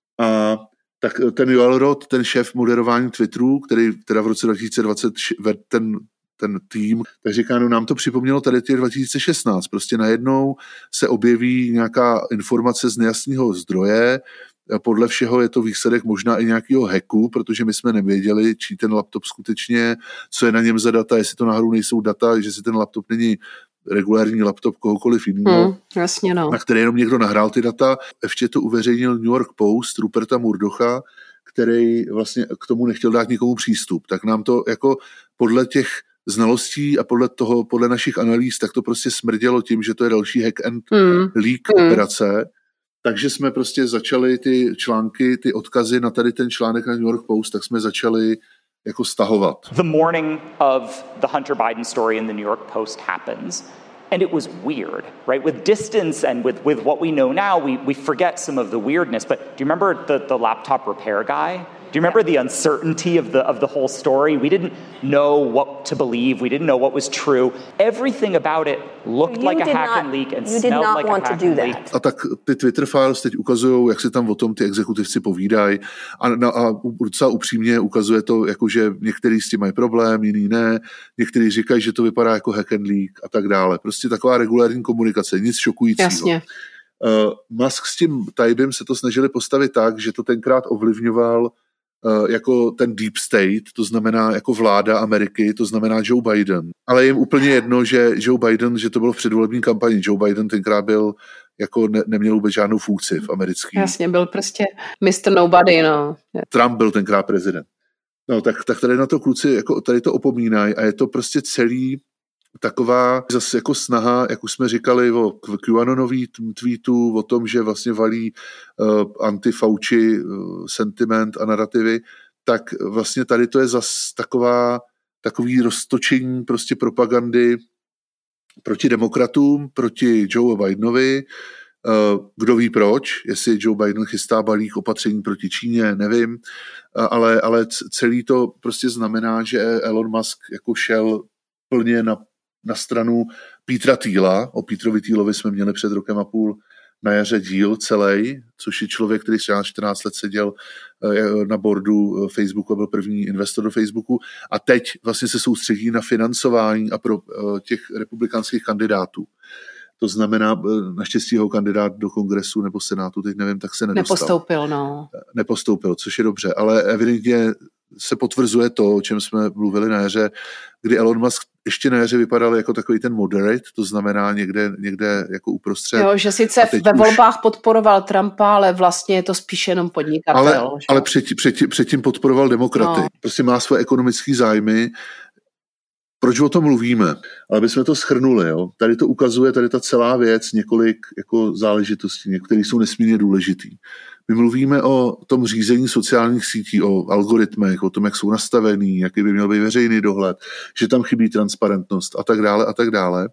A tak ten Joel Roth, ten šéf moderování Twitteru, který teda v roce dva tisíce dvacet vedl ten ten tým, tak říká, no nám to připomnělo tady tě dva tisíce šestnáct. Prostě najednou se objeví nějaká informace z nejasného zdroje, podle všeho je to výsledek možná i nějakého hacku, protože my jsme nevěděli, či ten laptop skutečně, co je na něm za data, jestli to náhodou nejsou data, že si ten laptop není regulární laptop kohokoliv jiného, hmm, jasně no. na který jenom někdo nahrál ty data. Ještě to uveřejnil New York Post Ruperta Murdocha, který vlastně k tomu nechtěl dát nikomu přístup. Tak nám to jako podle těch znalostí a podle toho, podle našich analýz, tak to prostě smrdělo tím, že to je další hack and mm. leak mm. operace. Takže jsme prostě začali ty články, ty odkazy na tady ten článek na New York Post, tak jsme začali jako stahovat. The morning of the Hunter Biden story in the New York Post happens. And it was weird, right? With distance and with, with what we know now, we, we forget some of the weirdness. But do you remember the, the laptop repair guy? Do you remember the uncertainty of the of the whole story? We didn't know what to believe. We didn't know what was true. Everything about it looked you like a hack not, and leak and smelled like a hack and leak. A tak ty Twitter files teď ukazují, jak se tam o tom ty exekutivci povídají a, na, a docela upřímně ukazuje to, jako že některý s tím mají problém, jiný ne, některý říkají, že to vypadá jako hack and leak a tak dále. Prostě taková regulární komunikace, nic šokujícího. Jasně. Uh, Musk s tím Taibim se to snažili postavit tak, že to tenkrát ovlivňoval jako ten deep state, to znamená jako vláda Ameriky, to znamená Joe Biden. Ale je jim úplně jedno, že Joe Biden, že to bylo v předvolební kampani. Joe Biden tenkrát byl, jako ne, neměl vůbec žádnou funkci v americký. Jasně, byl prostě mister Nobody, no. Trump byl tenkrát prezident. No tak, tak tady na to kluci, jako tady to opomínají a je to prostě celý taková zase jako snaha, jak už jsme říkali o QAnonový tweetu, o tom, že vlastně valí uh, anti-Fauci uh, sentiment a narrativy, tak vlastně tady to je zase taková, takový roztočení prostě propagandy proti demokratům, proti Joe Bidenovi. Uh, kdo ví proč, jestli Joe Biden chystá balík opatření proti Číně, nevím, uh, ale, ale celý to prostě znamená, že Elon Musk jako šel plně na, na stranu Petra Thiela. O Petrovi Thielovi jsme měli před rokem a půl na jaře díl celý, což je člověk, který třeba čtrnáct let seděl na boardu Facebooku a byl první investor do Facebooku a teď vlastně se soustředí na financování a pro těch republikánských kandidátů. To znamená, naštěstí jeho kandidát do kongresu nebo senátu, teď nevím, tak se nedostal. Nepostoupil, no. Nepostoupil, což je dobře, ale evidentně se potvrzuje to, o čem jsme mluvili na jaře, kdy Elon Musk ještě na jaře vypadal jako takový ten moderate, to znamená někde, někde jako uprostřed. Jo, že sice ve už... volbách podporoval Trumpa, ale vlastně je to spíš jenom podnikatel. Ale, ale předtím, předtím, předtím podporoval demokraty. No. Prostě má své ekonomické zájmy. Proč o tom mluvíme? Ale bychom to shrnuli. Jo? Tady to ukazuje, tady ta celá věc, několik jako záležitostí, které jsou nesmírně důležitý. My mluvíme o tom řízení sociálních sítí, o algoritmech, o tom, jak jsou nastavený, jaký by měl být veřejný dohled, že tam chybí transparentnost a tak dále a tak dále.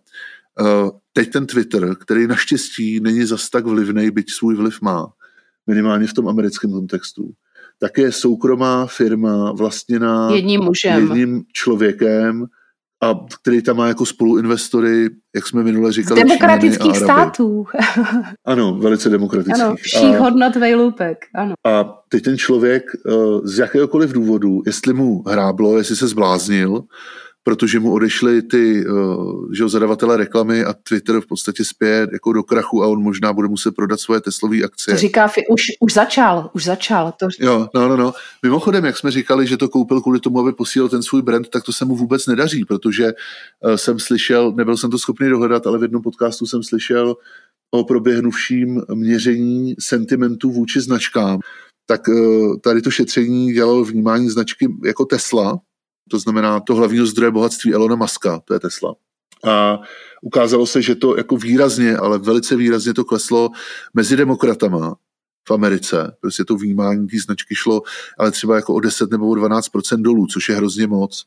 Teď ten Twitter, který naštěstí není zas tak vlivnej, byť svůj vliv má, minimálně v tom americkém kontextu, tak je soukromá firma vlastněná jedním mužem, jedním člověkem, a který tam má jako spoluinvestory, jak jsme minule říkali, z demokratických států. Ano, velice demokratických. Ano, vších hodnot vejlůpek, ano. A teď ten člověk z jakéhokoliv důvodu, jestli mu hráblo, jestli se zbláznil, protože mu odešly ty že, zadavatelé reklamy a Twitter v podstatě spěje jako do krachu a on možná bude muset prodat svoje Teslové akcie. To říká, už, už začal, už začal. To... Jo, no, no, no. Mimochodem, jak jsme říkali, že to koupil kvůli tomu, aby posílil ten svůj brand, tak to se mu vůbec nedaří, protože uh, jsem slyšel, nebyl jsem to schopný dohledat, ale v jednom podcastu jsem slyšel o proběhnuvším měření sentimentu vůči značkám. Tak uh, tady to šetření dělalo vnímání značky jako Tesla, to znamená to hlavního zdroje bohatství Elona Muska, to je Tesla. A ukázalo se, že to jako výrazně, ale velice výrazně to kleslo mezi demokratama v Americe. Prostě to vnímání té značky šlo, ale třeba jako o deset nebo o dvanáct procent dolů, což je hrozně moc.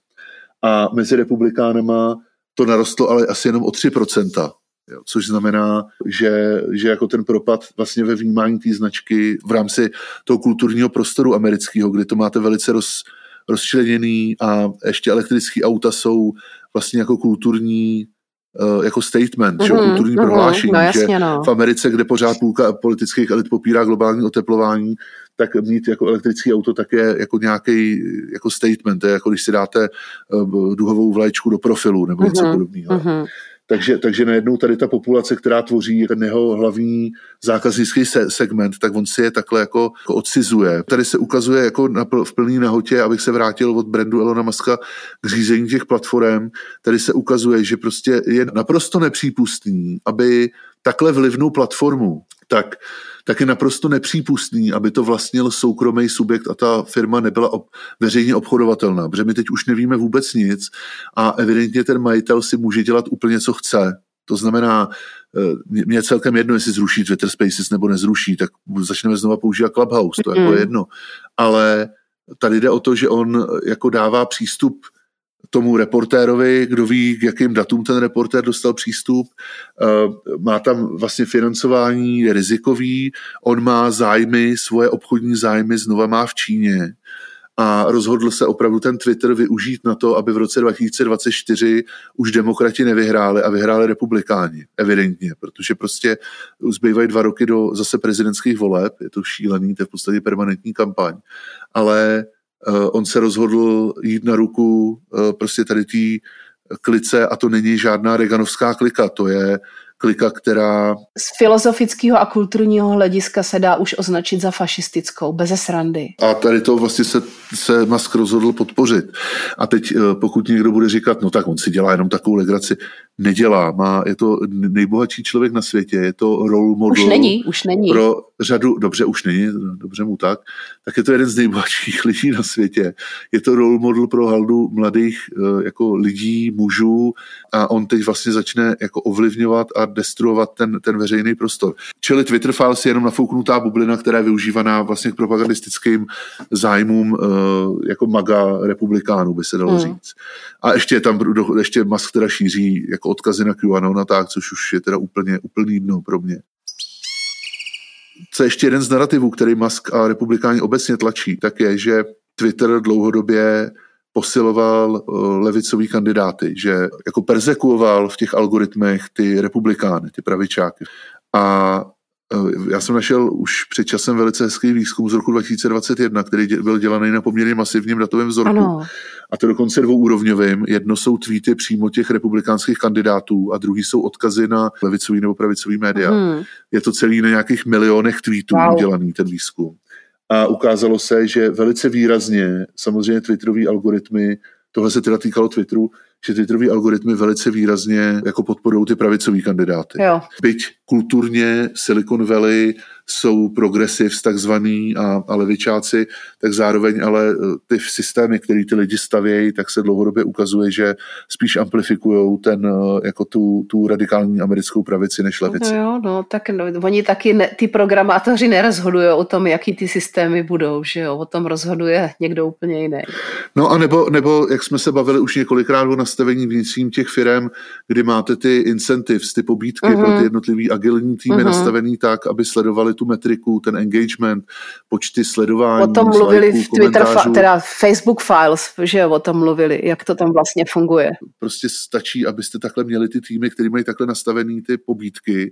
A mezi republikánama to narostlo ale asi jenom o tři procenta. Jo, což znamená, že, že jako ten propad vlastně ve vnímání té značky v rámci toho kulturního prostoru amerického, kde to máte velice roz rozčleněný a ještě elektrické auta jsou vlastně jako kulturní uh, jako statement, mm-hmm, že, kulturní mm-hmm, prohlášení, no jasně, že no. v Americe, kde pořád půlka politických elit popírá globální oteplování, tak mít jako elektrický auto tak je jako nějaký jako statement, je jako když si dáte uh, duhovou vlaječku do profilu nebo něco mm-hmm, podobného. Mm-hmm. Takže, takže najednou tady ta populace, která tvoří ten jeho hlavní zákaznický se- segment, tak on si je takhle jako, jako odcizuje. Tady se ukazuje jako na pl- v plný nahotě, abych se vrátil od brandu Elona Muska k řízení těch platform, tady se ukazuje, že prostě je naprosto nepřípustný, aby takhle vlivnou platformu, tak tak je naprosto nepřípustný, aby to vlastnil soukromý subjekt a ta firma nebyla ob, veřejně obchodovatelná, protože my teď už nevíme vůbec nic a evidentně ten majitel si může dělat úplně, co chce. To znamená, mě je celkem jedno, jestli zruší Twitter Spaces nebo nezruší, tak začneme znova používat Clubhouse, to je jako jedno. Ale tady jde o to, že on jako dává přístup tomu reportérovi, kdo ví, k jakým datům ten reportér dostal přístup. Má tam vlastně financování, je rizikový, on má zájmy, svoje obchodní zájmy znova má v Číně a rozhodl se opravdu ten Twitter využít na to, aby v roce dva tisíce dvacet čtyři už demokrati nevyhráli a vyhráli republikáni, evidentně, protože prostě zbývají dva roky do zase prezidentských voleb, je to šílený, to je v podstatě permanentní kampaň, ale Uh, on se rozhodl jít na ruku uh, prostě tady té klice a to není žádná reaganovská klika, to je klika, která... Z filozofického a kulturního hlediska se dá už označit za fašistickou, beze srandy. A tady to vlastně se, se Musk rozhodl podpořit. A teď pokud někdo bude říkat, no tak on si dělá jenom takovou legraci, nedělá, má, je to nejbohatší člověk na světě, je to role model. Už není, už není. Pro řadu, dobře, už není, dobře mu tak, tak je to jeden z nejbohatších lidí na světě. Je to role model pro haldu mladých jako lidí, mužů a on teď vlastně začne jako ovlivňovat a destruovat ten, ten veřejný prostor. Čili Twitter Files je jenom nafouknutá bublina, která je využívaná vlastně k propagandistickým zájmům jako maga republikánů, by se dalo hmm. říct. A ještě tam ještě Musk teda šíří jako odkazy na QAnon a tak, což už je teda úplně úplný dno pro mě. Co je ještě jeden z narrativů, který Musk a republikáni obecně tlačí, tak je, že Twitter dlouhodobě posiloval levicový kandidáty, že jako perzekuoval v těch algoritmech ty republikány, ty pravičáky. A já jsem našel už před časem velice hezký výzkum z roku dva tisíce dvacet jedna, který byl dělaný na poměrně masivním datovém vzorku. Ano. A to dokonce dvouúrovňovým. Jedno jsou tweety přímo těch republikánských kandidátů a druhý jsou odkazy na levicový nebo pravicový média. Hmm. Je to celý na nějakých milionech tweetů wow. udělaný ten výzkum. A ukázalo se, že velice výrazně, samozřejmě Twitterový algoritmy, tohle se teda týkalo Twitteru, že Twitterový algoritmy velice výrazně jako podporují ty pravicový kandidáty. Jo. Byť kulturně Silicon Valley jsou progresivs takzvaný a, a levičáci, tak zároveň ale ty systémy, které ty lidi stavějí, tak se dlouhodobě ukazuje, že spíš amplifikujou ten, jako tu, tu radikální americkou pravici než levici. No jo, no, tak no, oni taky, ne, ty programátoři nerozhodují o tom, jaký ty systémy budou, že jo, o tom rozhoduje někdo úplně jiný. No a nebo, nebo jak jsme se bavili už několikrát o nastavení vnitřním těch firem, kdy máte ty incentives, ty pobídky uh-huh. pro ty jednotlivý agilní týmy uh-huh. nastavený tak, aby sledovali tu metriku, ten engagement, počty sledování. O tom mluvili v Twitter, fa- teda Facebook Files, že jo, o tom mluvili, jak to tam vlastně funguje. Prostě stačí, abyste takhle měli ty týmy, který mají takhle nastavený ty pobídky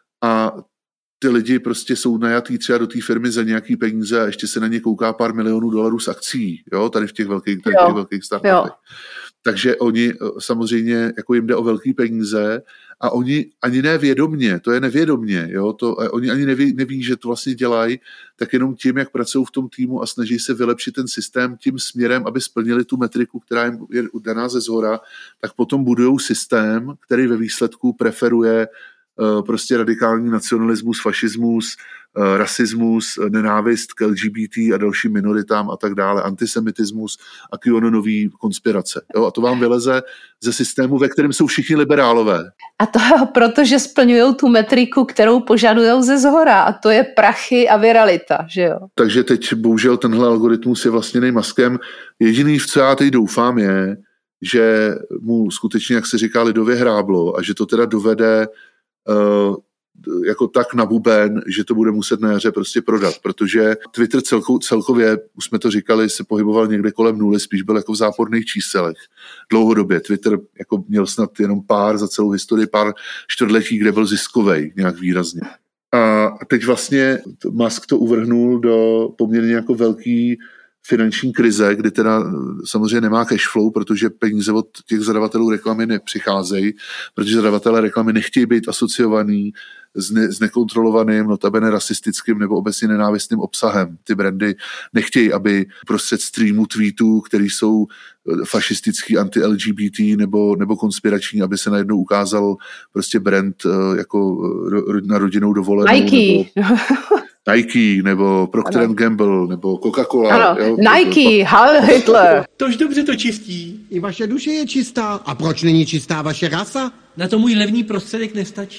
a ty lidi prostě jsou najatý třeba do té firmy za nějaký peníze a ještě se na ně kouká pár milionů dolarů z akcí, jo, tady v těch velkých, tady v těch velkých startupech. Takže oni samozřejmě, jako jim jde o velký peníze a oni ani nevědomně, to je nevědomně, jo, to, oni ani neví, neví, že to vlastně dělají, tak jenom tím, jak pracují v tom týmu a snaží se vylepšit ten systém tím směrem, aby splnili tu metriku, která jim je daná ze zhora, tak potom budujou systém, který ve výsledku preferuje prostě radikální nacionalismus, fašismus, rasismus, nenávist k L G B T a dalším minoritám a tak dále, antisemitismus a QAnonový konspirace. Jo? A to vám vyleze ze systému, ve kterém jsou všichni liberálové. A to protože splňují tu metriku, kterou požadují ze zhora, a to je prachy a viralita, že jo? Takže teď bohužel tenhle algoritmus je vlastně Muskem. Jediný, v co já teď doufám, je, že mu skutečně, jak se říká, lidově hráblo a že to teda dovede Uh, jako tak na buben, že to bude muset na jaře prostě prodat, protože Twitter celko, celkově, už jsme to říkali, se pohyboval někde kolem nuly, spíš byl jako v záporných číselech. Dlouhodobě Twitter jako měl snad jenom pár za celou historii, pár čtvrtletí, kde byl ziskovej nějak výrazně. A teď vlastně Musk to uvrhnul do poměrně jako velký finanční krize, kdy teda samozřejmě nemá cash flow, protože peníze od těch zadavatelů reklamy nepřicházejí, protože zadavatelé reklamy nechtějí být asociovaný s, ne, s nekontrolovaným, notabene rasistickým nebo obecně nenávistným obsahem. Ty brandy nechtějí, aby prostřed streamu tweetů, který jsou fašistický, anti-L G B T nebo, nebo konspirační, aby se najednou ukázal prostě brand jako na rodinnou dovolenou. Nike. Nebo Nike, nebo Procter and Gamble, nebo Coca-Cola. Ano, jo? Nike, Heil Hitler. Tož dobře to čistí. I vaše duše je čistá. A proč není čistá vaše rasa? Na to můj levný prostředek nestačí.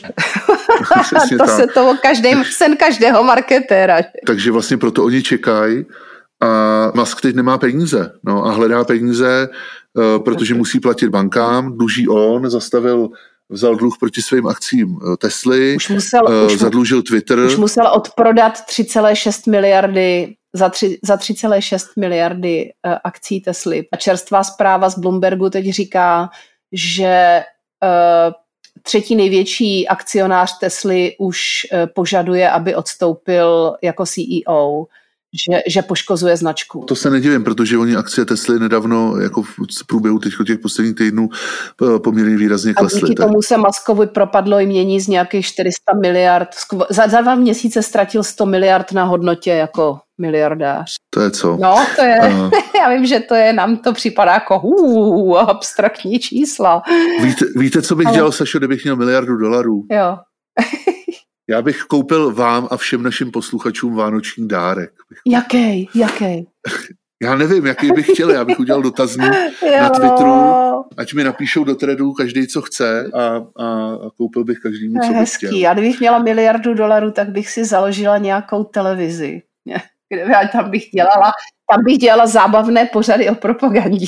to tak. se to každém, sen každého marketéra. Takže vlastně proto oni čekají a Musk teď nemá peníze. No a hledá peníze, uh, protože musí platit bankám, dluží on, zastavil vzal dluh proti svým akcím Tesly, už musel, uh, už zadlužil Twitter. Už musel odprodat tři celé šest miliardy za, tři, za tři celé šest miliardy uh, akcí Tesly. A čerstvá zpráva z Bloombergu teď říká, že uh, třetí největší akcionář Tesly už uh, požaduje, aby odstoupil jako C E O, že, že poškozuje značku. To se nedivím, protože oni akcie Tesly nedávno jako v průběhu těch, těch posledních týdnů poměrně výrazně klesly. A díky tomu se Muskovi propadlo jmění z nějakých čtyři sta miliard. Za, za dva měsíce ztratil sto miliard na hodnotě jako miliardář. To je co? No, to je, uh, já vím, že to je, nám to připadá jako hů, abstraktní čísla. Víte, víte co bych Ale... dělal, Sašo, kdybych měl miliardu dolarů? Jo. Já bych koupil vám a všem našim posluchačům vánoční dárek. Jaký? Jaký? Já nevím, jaký bych chtěl. Já bych udělal dotazník na Twitteru, ať mi napíšou do threadu každý, co chce a, a, a koupil bych každému, co bych chtěl. Já kdybych měla miliardu dolarů, tak bych si založila nějakou televizi. Kde tam bych dělala, tam bych dělala zábavné pořady o propagandě.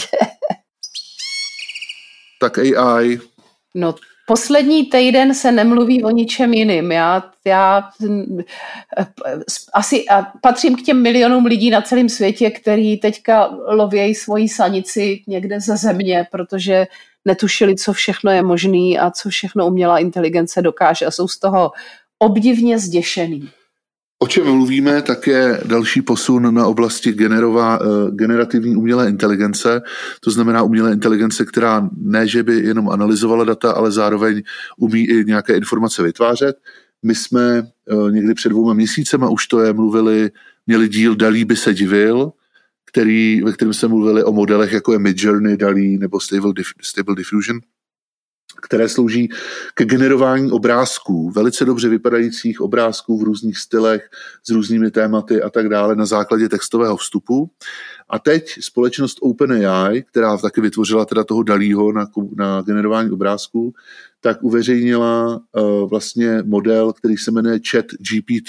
Tak A I. No, poslední týden se nemluví o ničem jiným. Já, já asi a patřím k těm milionům lidí na celém světě, který teďka lovějí svoji sanici někde ze země, protože netušili, co všechno je možný a co všechno umělá inteligence dokáže a jsou z toho obdivně zděšený. O čem mluvíme, tak je další posun na oblasti generová, generativní umělé inteligence, to znamená umělé inteligence, která ne, že by jenom analyzovala data, ale zároveň umí i nějaké informace vytvářet. My jsme někdy před dvouma měsícema už to je mluvili, měli díl Dalí by se divil, který, ve kterém jsme mluvili o modelech, jako je Midjourney, Dalí nebo Stable, Stable Diffusion, které slouží ke generování obrázků, velice dobře vypadajících obrázků v různých stylech, s různými tématy a tak dále na základě textového vstupu. A teď společnost OpenAI, která taky vytvořila teda toho Dalího na, na generování obrázků, tak uveřejnila uh, vlastně model, který se jmenuje ChatGPT.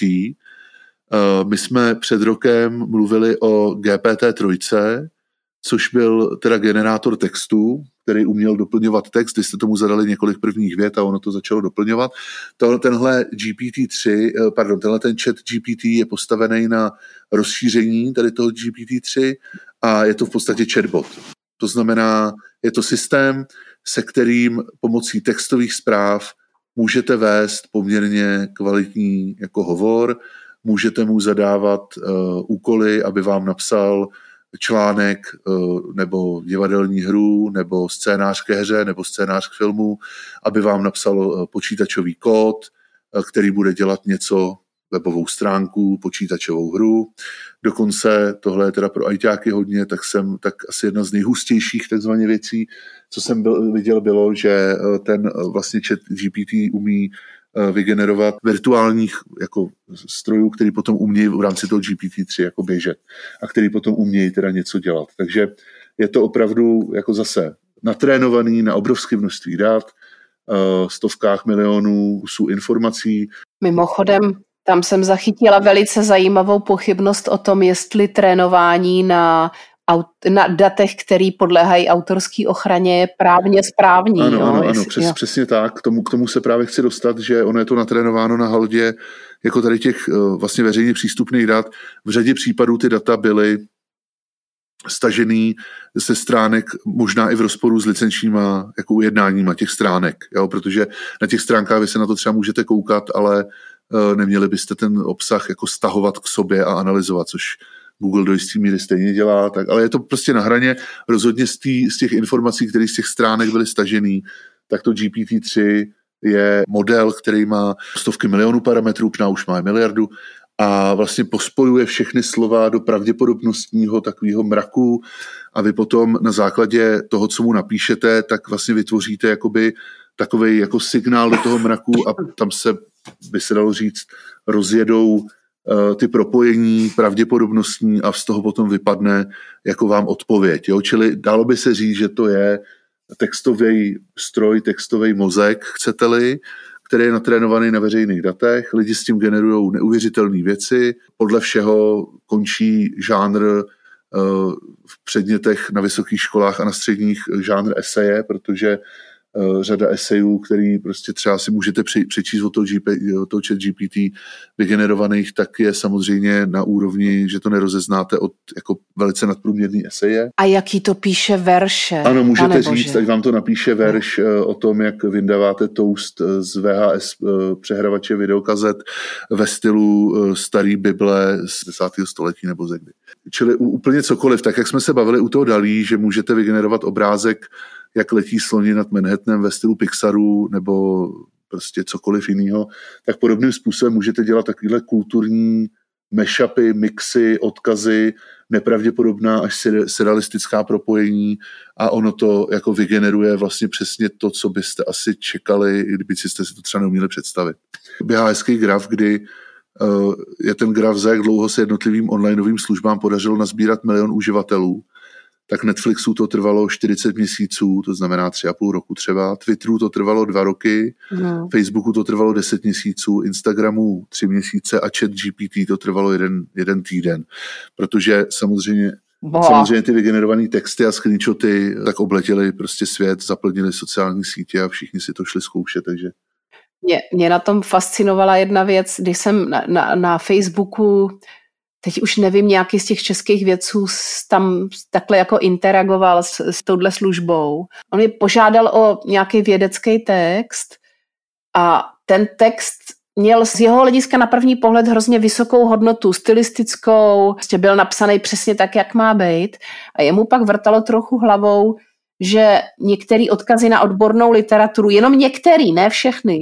Uh, my jsme před rokem mluvili o G P T tři, což byl teda generátor textu, který uměl doplňovat text, když jste tomu zadali několik prvních vět a ono to začalo doplňovat. Tenhle G P T tři, pardon, tenhle ten chat G P T je postavený na rozšíření tady toho G P T tři a je to v podstatě chatbot. To znamená, je to systém, se kterým pomocí textových zpráv můžete vést poměrně kvalitní jako hovor, můžete mu zadávat uh, úkoly, aby vám napsal článek nebo divadelní hru, nebo scénář ke hře, nebo scénář k filmu, aby vám napsal počítačový kód, který bude dělat něco, webovou stránku, počítačovou hru. Dokonce tohle je teda pro ajťáky hodně, tak jsem tak asi jedna z nejhustějších takzvaně věcí, co jsem byl, viděl, bylo, že ten vlastně chat G P T umí vygenerovat virtuálních jako strojů, který potom umějí v rámci toho G P T tři jako běžet a který potom umějí teda něco dělat. Takže je to opravdu jako zase natrénovaný na obrovské množství dat, stovkách milionů kusů informací. Mimochodem, tam jsem zachytila velice zajímavou pochybnost o tom, jestli trénování na na datech, které podléhají autorské ochraně, je právně správní. Ano, jo? ano, ano Jestli, přes, přesně tak. K tomu, k tomu se právě chci dostat, že ono je to natrénováno na haldě jako tady těch vlastně veřejně přístupných dat. V řadě případů ty data byly stažený ze stránek, možná i v rozporu s licenčníma jako ujednáníma těch stránek, jo? Protože na těch stránkách vy se na to třeba můžete koukat, ale uh, neměli byste ten obsah jako stahovat k sobě a analyzovat, což Google do jistý míry stejně dělá, tak, ale je to prostě na hraně. Rozhodně z, tý, z těch informací, které z těch stránek byly stažený, tak to G P T tři je model, který má stovky milionů parametrů, P N A už má miliardu a vlastně pospojuje všechny slova do pravděpodobnostního takového mraku a vy potom na základě toho, co mu napíšete, tak vlastně vytvoříte jakoby takovej jako signál do toho mraku a tam se, by se dalo říct, rozjedou ty propojení pravděpodobnostní a z toho potom vypadne jako vám odpověď. Jo? Čili dalo by se říct, že to je textový stroj, textový mozek, chcete-li, který je natrénovaný na veřejných datech. Lidi s tím generují neuvěřitelné věci. Podle všeho končí žánr v předmětech na vysokých školách a na středních žánr eseje, protože uh, řada esejů, který prostě třeba si můžete při, přečíst od toho, G P, od toho chat G P T vygenerovaných, tak je samozřejmě na úrovni, že to nerozeznáte od jako velice nadprůměrný eseje. A jaký to píše verše? Ano, můžete říct, ať vám to napíše verš uh, o tom, jak vyndáváte toast z V H S uh, přehrávače videokazet ve stylu uh, starý Bible z desátého století nebo ze kdy. Čili úplně cokoliv, tak jak jsme se bavili u toho Dalí, že můžete vygenerovat obrázek, jak letí sloni nad Manhattanem ve stylu Pixaru nebo prostě cokoliv jiného, tak podobným způsobem můžete dělat takovéhle kulturní mashupy, mixy, odkazy, nepravděpodobná až surrealistická propojení a ono to jako vygeneruje vlastně přesně to, co byste asi čekali, kdyby jste si to třeba neuměli představit. Běhá hezký graf, kdy uh, je ten graf, za jak dlouho se jednotlivým onlineovým službám podařilo nazbírat milion uživatelů. Tak Netflixu to trvalo čtyřicet měsíců, to znamená tři a půl roku třeba, Twitteru to trvalo dva roky, no. Facebooku to trvalo deset měsíců, Instagramu tři měsíce a chat G P T to trvalo jeden, jeden týden, protože samozřejmě, samozřejmě ty vygenerované texty a screenshoty tak obletěly prostě svět, zaplnili sociální sítě a všichni si to šli zkoušet, takže... Mě, mě na tom fascinovala jedna věc, když jsem na, na, na Facebooku teď už nevím, nějaký z těch českých vědců tam takhle jako interagoval s, s touhle službou. On mi požádal o nějaký vědecký text a ten text měl z jeho hlediska na první pohled hrozně vysokou hodnotu, stylistickou, prostě byl napsaný přesně tak, jak má být a jemu pak vrtalo trochu hlavou, že některé odkazy na odbornou literaturu, jenom některý, ne všechny,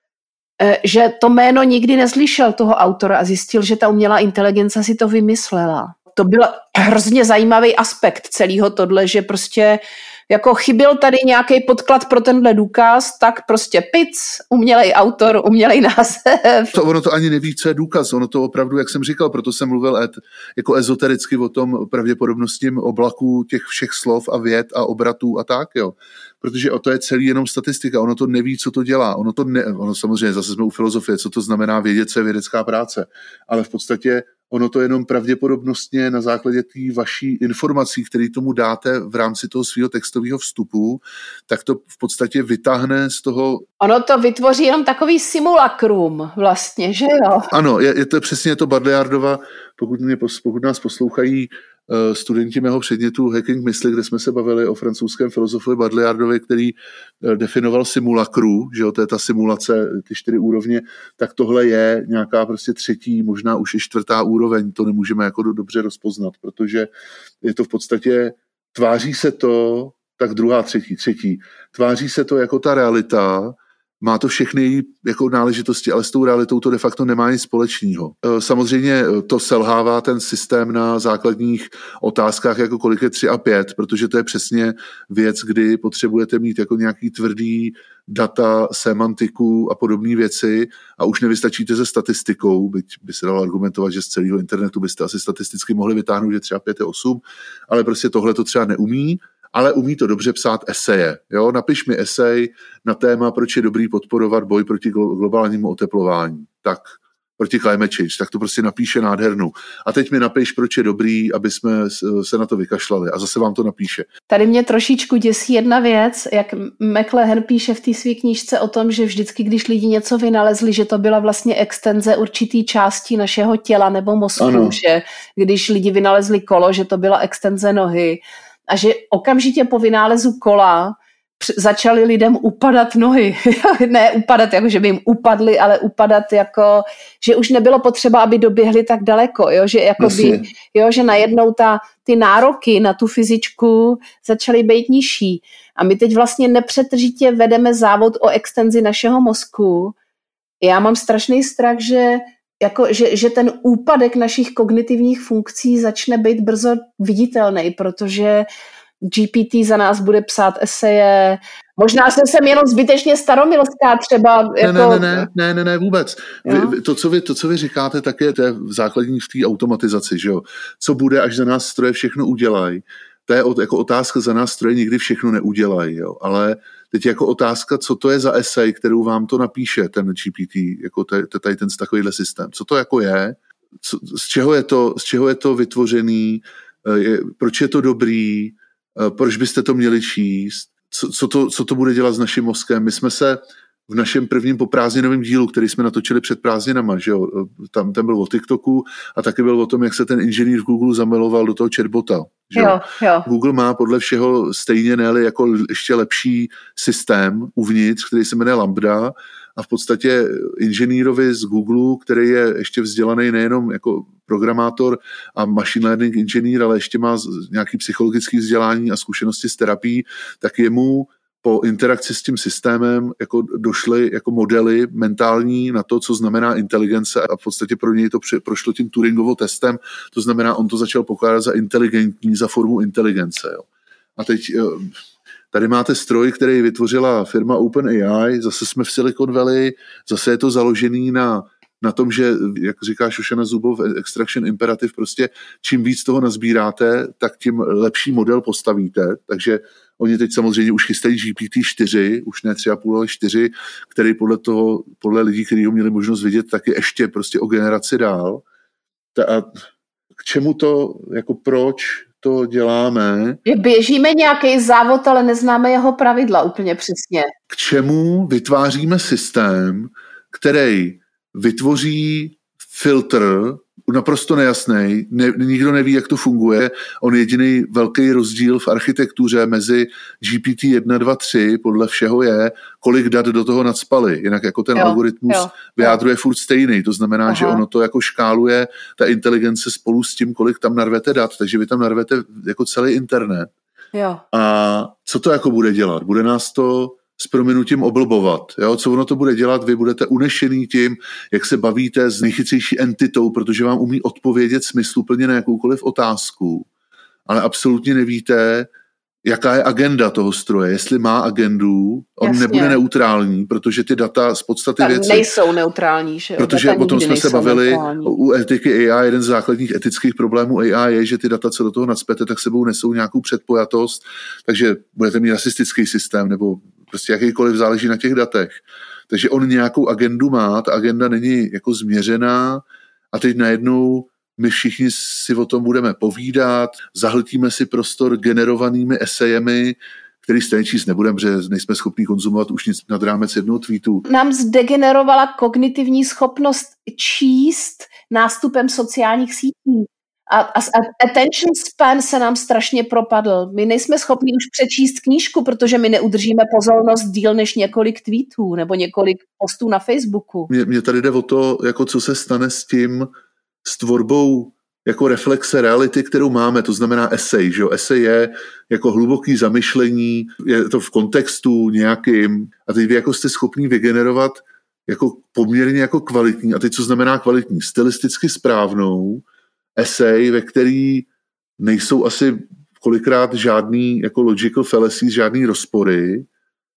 že to jméno nikdy neslyšel toho autora a zjistil, že ta umělá inteligence si to vymyslela. To byl hrozně zajímavý aspekt celého tohle, že prostě jako chyběl tady nějaký podklad pro tenhle důkaz, tak prostě pic, umělej autor, umělej název. To ono to ani neví, co je důkaz, ono to opravdu, jak jsem říkal, proto jsem mluvil et, jako ezotericky o tom pravděpodobnostním oblaku těch všech slov a vět a obratů a tak, jo. Protože o to je celý jenom statistika, ono to neví, co to dělá, ono to ne, ono samozřejmě zase jsme u filozofie, co to znamená vědět, co je vědecká práce, ale v podstatě ono to jenom pravděpodobnostně na základě té vaší informací, které tomu dáte v rámci toho svého textového vstupu, tak to v podstatě vytáhne z toho... Ono to vytvoří jenom takový simulakrum vlastně, že jo? Ano, je, je to přesně to Baudrillardova, pokud, mě, pokud nás poslouchají uh, studenti mého předmětu Hacking mysli, kde jsme se bavili o francouzském filozofovi Baudrillardovi, který uh, definoval simulakru, že jo, to je ta simulace, ty čtyři úrovně, tak tohle je nějaká prostě třetí, možná už i čtvrtá úroveň, to nemůžeme jako do, dobře rozpoznat, protože je to v podstatě, tváří se to, tak druhá, třetí, třetí, tváří se to jako ta realita, má to všechny jako náležitosti, ale s tou realitou to de facto nemá nic společného. Samozřejmě to selhává ten systém na základních otázkách, jako kolik je tři a pět, protože to je přesně věc, kdy potřebujete mít jako nějaký tvrdý data, semantiku a podobné věci a už nevystačíte se statistikou, byť by se dalo argumentovat, že z celého internetu byste asi statisticky mohli vytáhnout, že tři a pět je osm, ale prostě tohle to třeba neumí, ale umí to dobře psát eseje. Jo? Napiš mi esej na téma, proč je dobrý podporovat boj proti globálnímu oteplování. Tak, proti climate change, tak to prostě napíše nádhernou. A teď mi napiš, proč je dobrý, aby jsme se na to vykašlali. A zase vám to napíše. Tady mě trošičku děsí jedna věc, jak McLuhan píše v té své knížce o tom, že vždycky, když lidi něco vynalezli, že to byla vlastně extenze určitý části našeho těla nebo mozku, ano. Že když lidi vynalezli kolo, že to byla extenze nohy, a že okamžitě po vynálezu kola začaly lidem upadat nohy. Ne upadat, jako že by jim upadly, ale upadat jako, že už nebylo potřeba, aby doběhli tak daleko, jo? Že, jako by, jo? Že najednou ta, ty nároky na tu fyzičku začaly být nižší. A my teď vlastně nepřetržitě vedeme závod o extenzi našeho mozku. Já mám strašný strach, že Jako, že, že ten úpadek našich kognitivních funkcí začne být brzo viditelný, protože G P T za nás bude psát eseje. Možná jsem sem jenom zbytečně staromilská třeba. Jako... Ne, ne, ne, ne, ne, ne, vůbec. Vy, to, co vy, to, co vy říkáte, tak je, to je v základní v té automatizaci, že jo. Co bude, až za nás stroje všechno udělají. To je jako otázka, za nás stroje nikdy všechno neudělají, jo. Ale teď jako otázka, co to je za esej, kterou vám to napíše ten G P T, jako tady ten takovýhle systém. Co to jako je, co, z, čeho je to, z čeho je to vytvořený, je, proč je to dobrý, proč byste to měli číst. co, co, to, co to bude dělat s naším mozkem. My jsme se v našem prvním poprázdninovém dílu, který jsme natočili před prázdninama, že jo, tam ten byl o TikToku a taky byl o tom, jak se ten inženýr v Google zamiloval do toho chatbota. Že jo, jo. Google má podle všeho stejně ne jako ještě lepší systém uvnitř, který se jmenuje Lambda a v podstatě inženýrovi z Google, který je ještě vzdělaný nejenom jako programátor a machine learning inženýr, ale ještě má nějaký psychologický vzdělání a zkušenosti s terapií, tak jemu po interakci s tím systémem jako došly jako modely mentální na to, co znamená inteligence a v podstatě pro něj to prošlo tím Turingovo testem, to znamená, on to začal pokládat za inteligentní, za formu inteligence. Jo. A teď tady máte stroj, který vytvořila firma OpenAI, zase jsme v Silicon Valley, zase je to založený na na tom, že, jak říká Šošana Zubov, extraction imperative, prostě čím víc toho nazbíráte, tak tím lepší model postavíte, takže oni teď samozřejmě už chystají G P T čtyři, už ne tři a půl, ale čtyři, který podle toho, podle lidí, kteří ho měli možnost vidět, tak je ještě prostě o generaci dál. A k čemu to, jako proč to děláme? Běžíme nějaký závod, ale neznáme jeho pravidla úplně přesně. K čemu vytváříme systém, který vytvoří filtr, naprosto nejasný, ne, nikdo neví, jak to funguje. On jediný velký rozdíl v architektuře mezi G P T jedna, dva, tři podle všeho je, kolik dat do toho nadspali. Jinak jako ten jo, algoritmus jo, vyjádruje jo. furt stejný. To znamená, Aha. že ono to jako škáluje ta inteligence spolu s tím, kolik tam narvete dat. Takže vy tam narvete jako celý internet. Jo. A co to jako bude dělat? Bude nás to s prominutím oblbovat. Jo? Co ono to bude dělat? Vy budete unešený tím, jak se bavíte s nejchytřejší entitou, protože vám umí odpovědět smysluplně na jakoukoliv otázku, ale absolutně nevíte, jaká je agenda toho stroje, jestli má agendu, on Jasně. nebude neutrální, protože ty data z podstaty tak věci... nejsou neutrální, že jo? Protože data o tom jsme se bavili, neutrální. U etiky A I, jeden z základních etických problémů A I je, že ty data, co do toho nacpete, tak sebou nesou nějakou předpojatost, takže budete mít rasistický systém, nebo prostě jakýkoliv, záleží na těch datech. Takže on nějakou agendu má, ta agenda není jako změřená a teď najednou my všichni si o tom budeme povídat, zahltíme si prostor generovanými esejemi, který stejně číst nebudeme, protože nejsme schopni konzumovat už nic nad rámec jednoho tweetu. Nám zdegenerovala kognitivní schopnost číst nástupem sociálních sítí. A, a, a attention span se nám strašně propadl. My nejsme schopni už přečíst knížku, protože my neudržíme pozornost díl než několik tweetů nebo několik postů na Facebooku. Mně, mně tady jde o to, jako co se stane s tím, s tvorbou jako reflexe reality, kterou máme, to znamená esej, že jo? Esej je jako hluboký zamyšlení, je to v kontextu nějakým a teď vy jako jste schopní vygenerovat jako poměrně jako kvalitní, a teď co znamená kvalitní? Stylisticky správnou esej, ve který nejsou asi kolikrát žádný jako logical fallacies, žádný rozpory,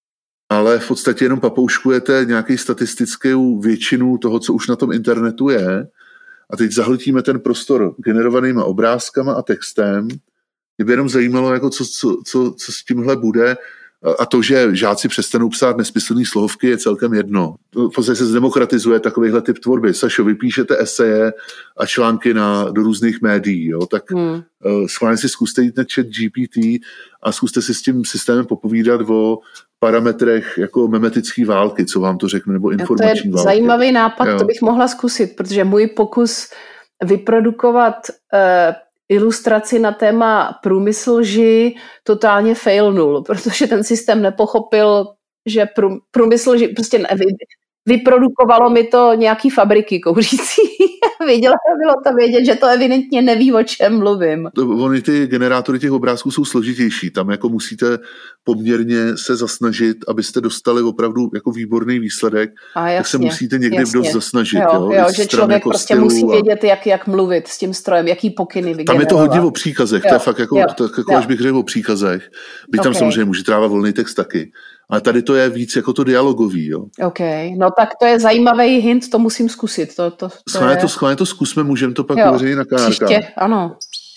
ale v podstatě jenom papouškujete nějaký statistickou většinu toho, co už na tom internetu je. A teď zahltíme ten prostor generovanýma obrázkama a textem. Mě by jenom zajímalo, jako co, co, co, co s tímhle bude. A to, že žáci přestanou psát nesmyslný slohovky, je celkem jedno. V podstatě se zdemokratizuje takovýhle typ tvorby. Sašo, vy píšete eseje a články na, do různých médií, jo? Tak hmm. schválně si zkuste jít na chat G P T a zkuste si s tím systémem popovídat o parametrech jako memetické války, co vám to řekne, nebo informační války. To je zajímavý nápad, jo. To bych mohla zkusit, protože můj pokus vyprodukovat uh, ilustraci na téma průmysl lži totálně failnul, protože ten systém nepochopil, že průmysl lži prostě ne, vyprodukovalo mi to nějaký fabriky kouřící. Věděla, bylo to vědět, že to evidentně neví, o čem mluvím. Ony ty generátory těch obrázků jsou složitější. Tam jako musíte poměrně se zasnažit, abyste dostali opravdu jako výborný výsledek, a jasně, tak se musíte někdy jasně. dost zasnažit. Jo, jo, jo že člověk jako prostě musí a... vědět, jak, jak mluvit s tím strojem, jaký pokyny vygenerovat. Tam je to hodně o příkazech, jo, to je fakt jako, jo, tak jako jo. až bych řekl o příkazech. Byť okay. tam samozřejmě může trávat volný text taky. Ale tady to je víc jako to dialogový, jo. OK, no tak to je zajímavý hint, to musím zkusit. To, to, to, schválně, je... to, schválně to zkusme, můžeme to pak uveřejnit na kárkách. Příště, ano.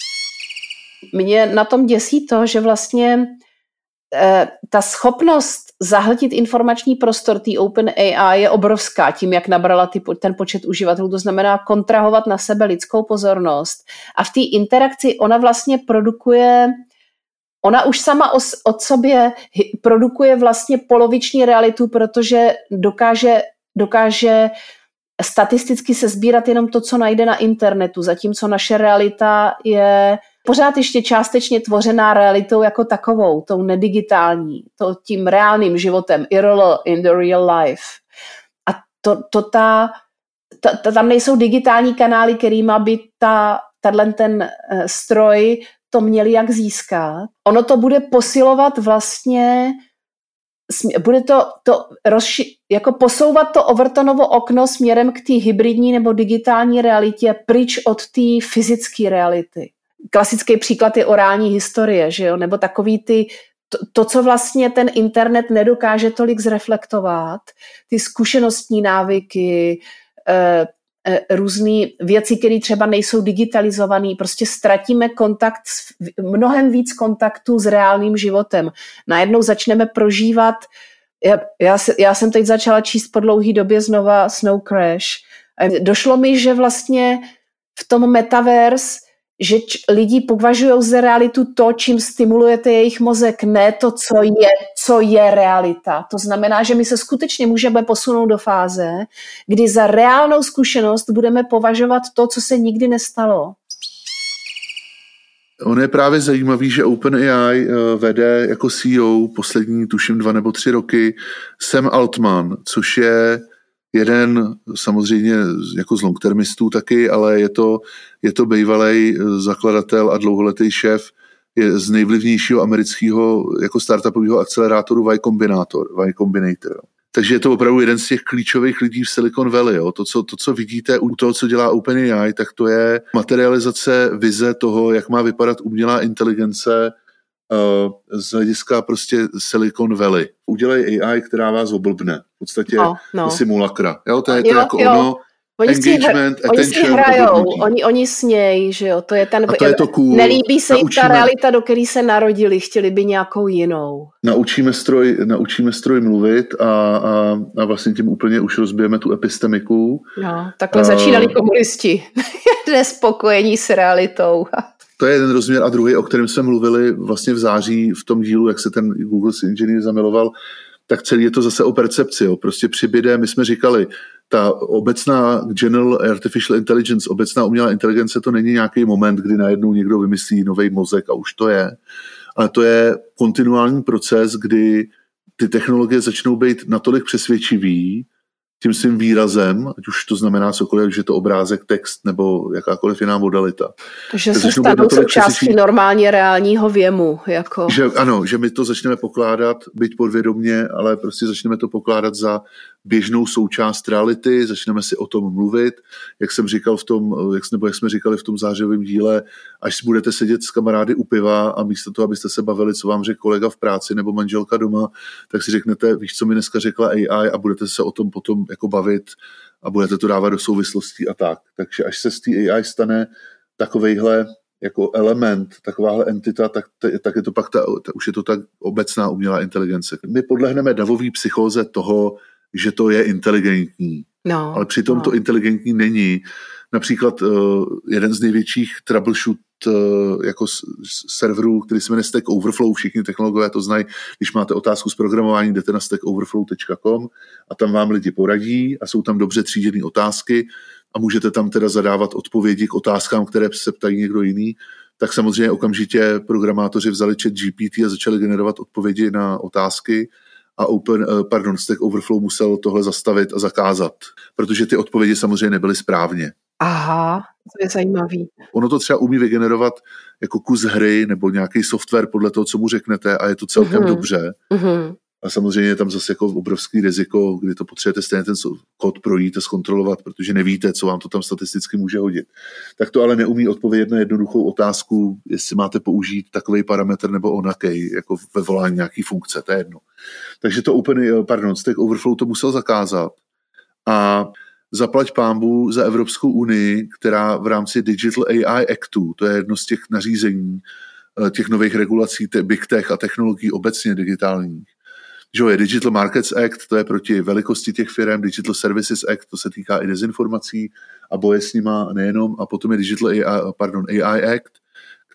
Mě na tom děsí to, že vlastně eh, ta schopnost zahltit informační prostor té OpenAI je obrovská tím, jak nabrala ty, ten počet uživatelů, to znamená kontrahovat na sebe lidskou pozornost. A v té interakci ona vlastně produkuje ona už sama os, od sobě produkuje vlastně poloviční realitu, protože dokáže, dokáže statisticky se sbírat jenom to, co najde na internetu, zatímco naše realita je pořád ještě částečně tvořená realitou jako takovou, tou nedigitální, to tím reálným životem, I R L, in the real life. A to, to ta, ta, ta, tam nejsou digitální kanály, kterýma by ta, tato ten uh, stroj to měli jak získat. Ono to bude posilovat vlastně, bude to, to rozši, jako posouvat to Overtonovo okno směrem k té hybridní nebo digitální realitě pryč od té fyzické reality. Klasický příklad je orální historie, že jo? Nebo takový ty, to, to, co vlastně ten internet nedokáže tolik zreflektovat, ty zkušenostní návyky, eh, různé věci, které třeba nejsou digitalizované, prostě ztratíme kontakt, mnohem víc kontaktu s reálným životem. Najednou začneme prožívat, já, já, já jsem teď začala číst po dlouhé době znova Snow Crash. Došlo mi, že vlastně v tom metaverse, že č, lidi považují za realitu to, čím stimulujete jejich mozek, ne to, co je, co je realita. To znamená, že my se skutečně můžeme posunout do fáze, kdy za reálnou zkušenost budeme považovat to, co se nikdy nestalo. Ono je právě zajímavý, že OpenAI vede jako C E O poslední, tuším, dva nebo tři roky Sam Altman, což je jeden samozřejmě jako z longtermistů taky, ale je to, je to bývalej zakladatel a dlouholetý šéf je z nejvlivnějšího amerického jako startupového akcelerátoru Y Combinator. Y Combinator. Takže je to opravdu jeden z těch klíčových lidí v Silicon Valley. Jo. To, co, to, co vidíte u toho, co dělá OpenAI, tak to je materializace vize toho, jak má vypadat umělá inteligence uh, z hlediska prostě Silicon Valley. Udělej A I, která vás oblbne. V podstatě no, no. simulakra. Jo, to je jo, to jako jo. ono. Oni si, hr, oni si hrajou, oni, oni snějí, že jo, to je ten, to je to cool. Nelíbí se jim ta realita, do které se narodili, chtěli by nějakou jinou. Naučíme stroj, naučíme stroj mluvit a, a, a vlastně tím úplně už rozbijeme tu epistemiku. No, takhle a... začínali komunisti, nespokojení s realitou. To je jeden rozměr a druhý, o kterém jsme mluvili vlastně v září v tom dílu, jak se ten Google Engineer zamiloval, tak celý je to zase o percepci. Jo. Prostě přibyde, my jsme říkali, ta obecná General Artificial Intelligence, obecná umělá inteligence, to není nějaký moment, kdy najednou někdo vymyslí nový mozek a už to je. Ale to je kontinuální proces, kdy ty technologie začnou být natolik přesvědčivý tím svým výrazem, ať už to znamená cokoliv, že to obrázek, text nebo jakákoliv jiná modalita. Že se stanou součástí normálně reálního věmu. Jako... Že, ano, že my to začneme pokládat, byť podvědomě, ale prostě začneme to pokládat za běžnou součást reality, začneme si o tom mluvit, jak jsem říkal v tom, jak, nebo jak jsme říkali v tom zářivém díle, až budete sedět s kamarády u piva a místo toho, abyste se bavili, co vám řekl kolega v práci nebo manželka doma, tak si řeknete, víš, co mi dneska řekla A I a budete se o tom potom jako bavit a budete to dávat do souvislostí a tak. Takže až se z té A I stane takovejhle jako element, takováhle entita, tak, tak je to pak ta, ta, už je to tak obecná umělá inteligence. My podlehneme davové psychóze toho, že to je inteligentní. No, ale přitom no. to inteligentní není. Například uh, jeden z největších troubleshoot uh, jako s, s serverů, který se jmenuje Stack Overflow, všichni technologové to znají, když máte otázku z programování, jdete na stack overflow tečka com a tam vám lidi poradí a jsou tam dobře tříděné otázky a můžete tam teda zadávat odpovědi k otázkám, které se ptají někdo jiný. Tak samozřejmě okamžitě programátoři vzali chat G P T a začali generovat odpovědi na otázky a Open, pardon, Stack Overflow musel tohle zastavit a zakázat, protože ty odpovědi samozřejmě nebyly správně. Aha, to je zajímavý. Ono to třeba umí vygenerovat jako kus hry nebo nějaký software podle toho, co mu řeknete a je to celkem mm-hmm. dobře. Mm-hmm. A samozřejmě je tam zase jako obrovský riziko, kdy to potřebujete stejně ten kód projít a zkontrolovat, protože nevíte, co vám to tam statisticky může hodit. Tak to ale neumí odpovědět na jednoduchou otázku, jestli máte použít takový parametr nebo onakej, jako ve volání nějaký funkce, to je jedno. Takže to úplně, pardon, Stack Overflow to musel zakázat a zaplať pánbůh za Evropskou unii, která v rámci Digital A I Actu, to je jedno z těch nařízení, těch nových regulací, big tech a technologií obecně digitálních, že je Digital Markets Act, to je proti velikosti těch firm, Digital Services Act, to se týká i dezinformací a boje s nima nejenom, a potom je Digital A I, pardon, A I Act,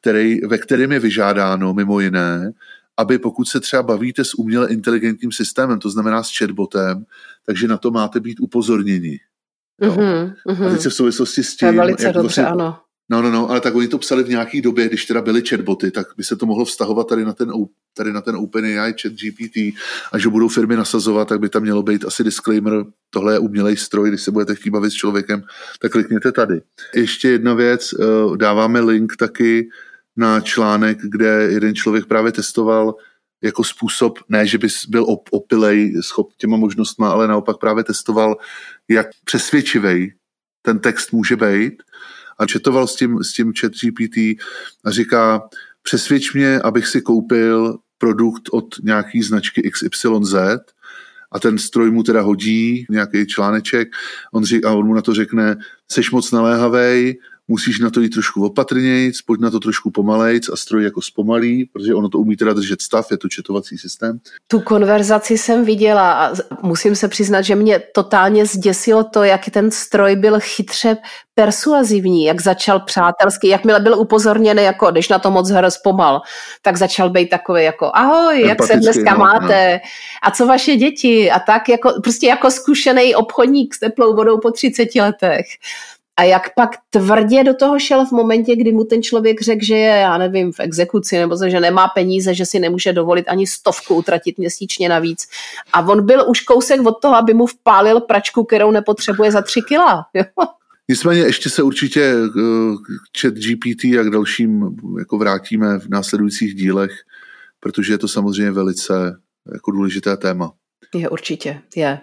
který, ve kterém je vyžádáno mimo jiné, aby pokud se třeba bavíte s uměle inteligentním systémem, to znamená s chatbotem, takže na to máte být upozorněni. Mm-hmm, mm-hmm. A teď se v souvislosti s tím... To je velice dobře, vlastně, ano. No, no, no, ale tak oni to psali v nějaký době, když teda byly chatboty, tak by se to mohlo vztahovat tady na ten, tady na ten OpenAI, ChatGPT, a že budou firmy nasazovat, tak by tam mělo být asi disclaimer, tohle je umělej stroj, když se budete chtít bavit s člověkem, tak klikněte tady. Ještě jedna věc, dáváme link taky na článek, kde jeden člověk právě testoval jako způsob, ne, že bys byl op- opilej schop těma možnostma, ale naopak právě testoval, jak přesvědčivej ten text může být. A četoval s tím, s tím ChatGPT a říká, přesvědč mě, abych si koupil produkt od nějaký značky X Y Z, a ten stroj mu teda hodí nějaký článeček, on říká, a on mu na to řekne, seš moc naléhavej, musíš na to jít trošku opatrnějc, pojď na to trošku pomalejc, a stroj jako zpomalí, protože ono to umí teda držet stav, je to četovací systém. Tu konverzaci jsem viděla a musím se přiznat, že mě totálně zděsilo to, jak ten stroj byl chytře persuazivní, jak začal přátelsky, jakmile byl upozorněný, jako když na to moc hra zpomal, tak začal být takový jako ahoj, jak se dneska no, máte no. A co vaše děti a tak, jako, prostě jako zkušený obchodník s teplou vodou po třiceti letech. A jak pak tvrdě do toho šel v momentě, kdy mu ten člověk řekl, že je, já nevím, v exekuci, nebo že nemá peníze, že si nemůže dovolit ani stovku utratit měsíčně navíc. A on byl už kousek od toho, aby mu vpálil pračku, kterou nepotřebuje za tři kila. Nicméně ještě se určitě k ChatGPT a k dalším jako vrátíme v následujících dílech, protože je to samozřejmě velice jako důležité téma. Je určitě, je.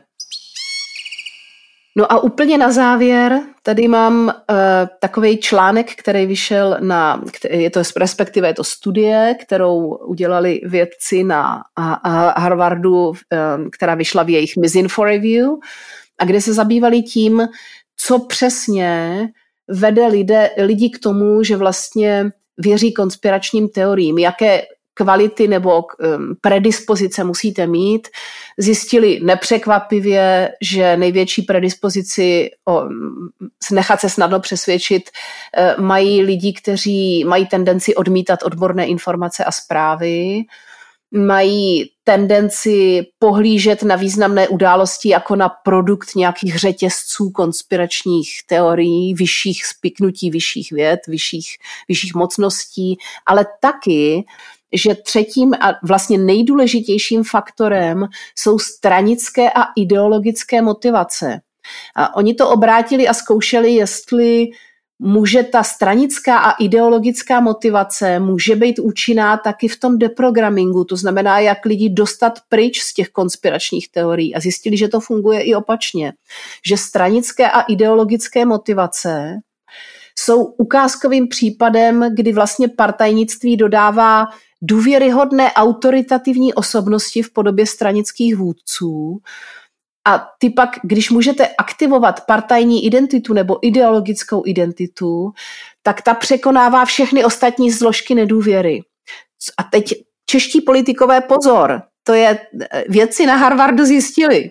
No a úplně na závěr, tady mám uh, takovej článek, který vyšel na, je to respektive je to studie, kterou udělali vědci na a, a Harvardu, um, která vyšla v jejich Misinfo Review, a kde se zabývali tím, co přesně vede lidé, lidi k tomu, že vlastně věří konspiračním teoriím, jaké kvality nebo um, predispozice musíte mít. Zjistili nepřekvapivě, že největší predispozici o, nechat se snadno přesvědčit uh, mají lidi, kteří mají tendenci odmítat odborné informace a zprávy, mají tendenci pohlížet na významné události jako na produkt nějakých řetězců konspiračních teorií, vyšších spiknutí, vyšších věd, vyšších, vyšších mocností, ale taky, že třetím a vlastně nejdůležitějším faktorem jsou stranické a ideologické motivace. A oni to obrátili a zkoušeli, jestli může ta stranická a ideologická motivace může být účinná taky v tom deprogramingu, to znamená, jak lidi dostat pryč z těch konspiračních teorií, a zjistili, že to funguje i opačně, že stranické a ideologické motivace jsou ukázkovým případem, kdy vlastně partajnictví dodává důvěryhodné autoritativní osobnosti v podobě stranických vůdců. A ty pak, když můžete aktivovat partajní identitu nebo ideologickou identitu, tak ta překonává všechny ostatní složky nedůvěry. A teď čeští politikové, pozor, to je, vědci na Harvardu zjistili,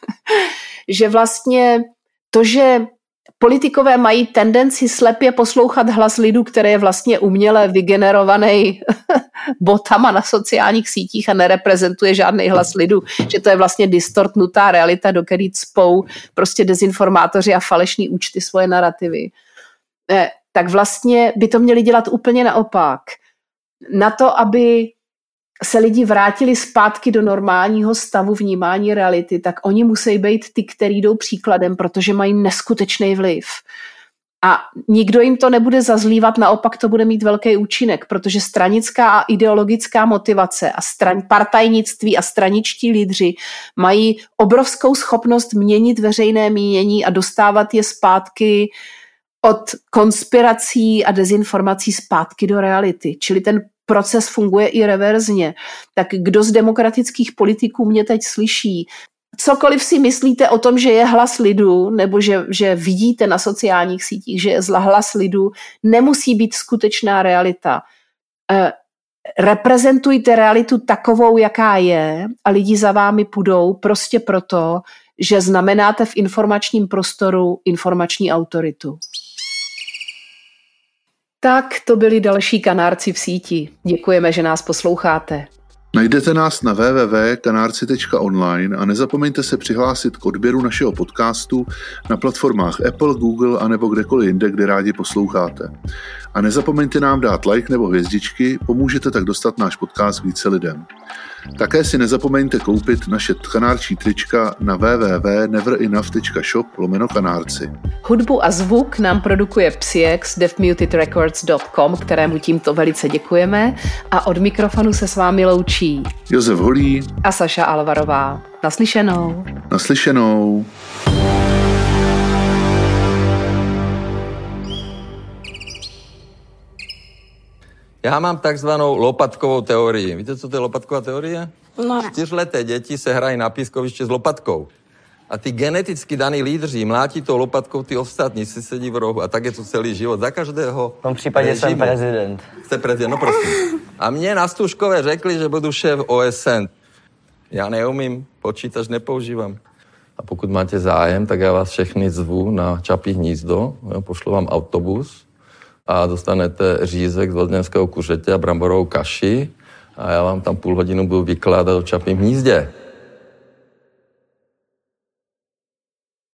že vlastně to, že politikové mají tendenci slepě poslouchat hlas lidu, který je vlastně uměle vygenerovaný botama na sociálních sítích a nereprezentuje žádný hlas lidu, že to je vlastně distortnutá realita, do který cpou prostě dezinformátoři a falešný účty svoje narrativy. Tak vlastně by to měli dělat úplně naopak. Na to, aby se lidi vrátili zpátky do normálního stavu vnímání reality, tak oni musí být ty, který jdou příkladem, protože mají neskutečný vliv. A nikdo jim to nebude zazlívat, naopak to bude mít velký účinek, protože stranická a ideologická motivace a stran, partajnictví a straničtí lídři mají obrovskou schopnost měnit veřejné mínění a dostávat je zpátky od konspirací a dezinformací zpátky do reality. Čili ten proces funguje i reverzně. Tak kdo z demokratických politiků mě teď slyší, cokoliv si myslíte o tom, že je hlas lidu, nebo že, že vidíte na sociálních sítích, že je zla hlas lidu, nemusí být skutečná realita. E, reprezentujte realitu takovou, jaká je, a lidi za vámi půjdou prostě proto, že znamenáte v informačním prostoru informační autoritu. Tak to byli další kanárci v síti. Děkujeme, že nás posloucháte. Najdete nás na w w w tečka kanárci tečka online a nezapomeňte se přihlásit k odběru našeho podcastu na platformách Apple, Google a nebo kdekoliv jinde, kde rádi posloucháte. A nezapomeňte nám dát like nebo hvězdičky, pomůžete tak dostat náš podcast více lidem. Také si nezapomeňte koupit naše kanárčí trička na w w w tečka never enough tečka shop lomeno kanárci. Hudbu a zvuk nám produkuje Psyex deaf muted records tečka com, kterému tímto velice děkujeme, a od mikrofonu se s vámi loučí Josef Holý a Saša Alvarová. Naslyšenou. Naslyšenou. Já mám takzvanou lopatkovou teorii. Víte, co to je lopatková teorie? No. Čtyřleté děti se hrají na pískoviště s lopatkou. A ty geneticky daný lídři mlátí tou lopatkou ty ostatní, si sedí v rohu. A tak je to celý život. Za každého. V tom případě režimu. Jsem prezident. Jste prezident, no prosím. A mě na Stužkové řekli, že budu šéf O S N. Já neumím, počítač nepoužívám. A pokud máte zájem, tak já vás všechny zvu na Čapí hnízdo. Jo, pošlu vám autobus a dostanete řízek z vodňanského kuřete a bramborovou kaši a já vám tam půl hodinu budu vykládat o Čapím hnízdě.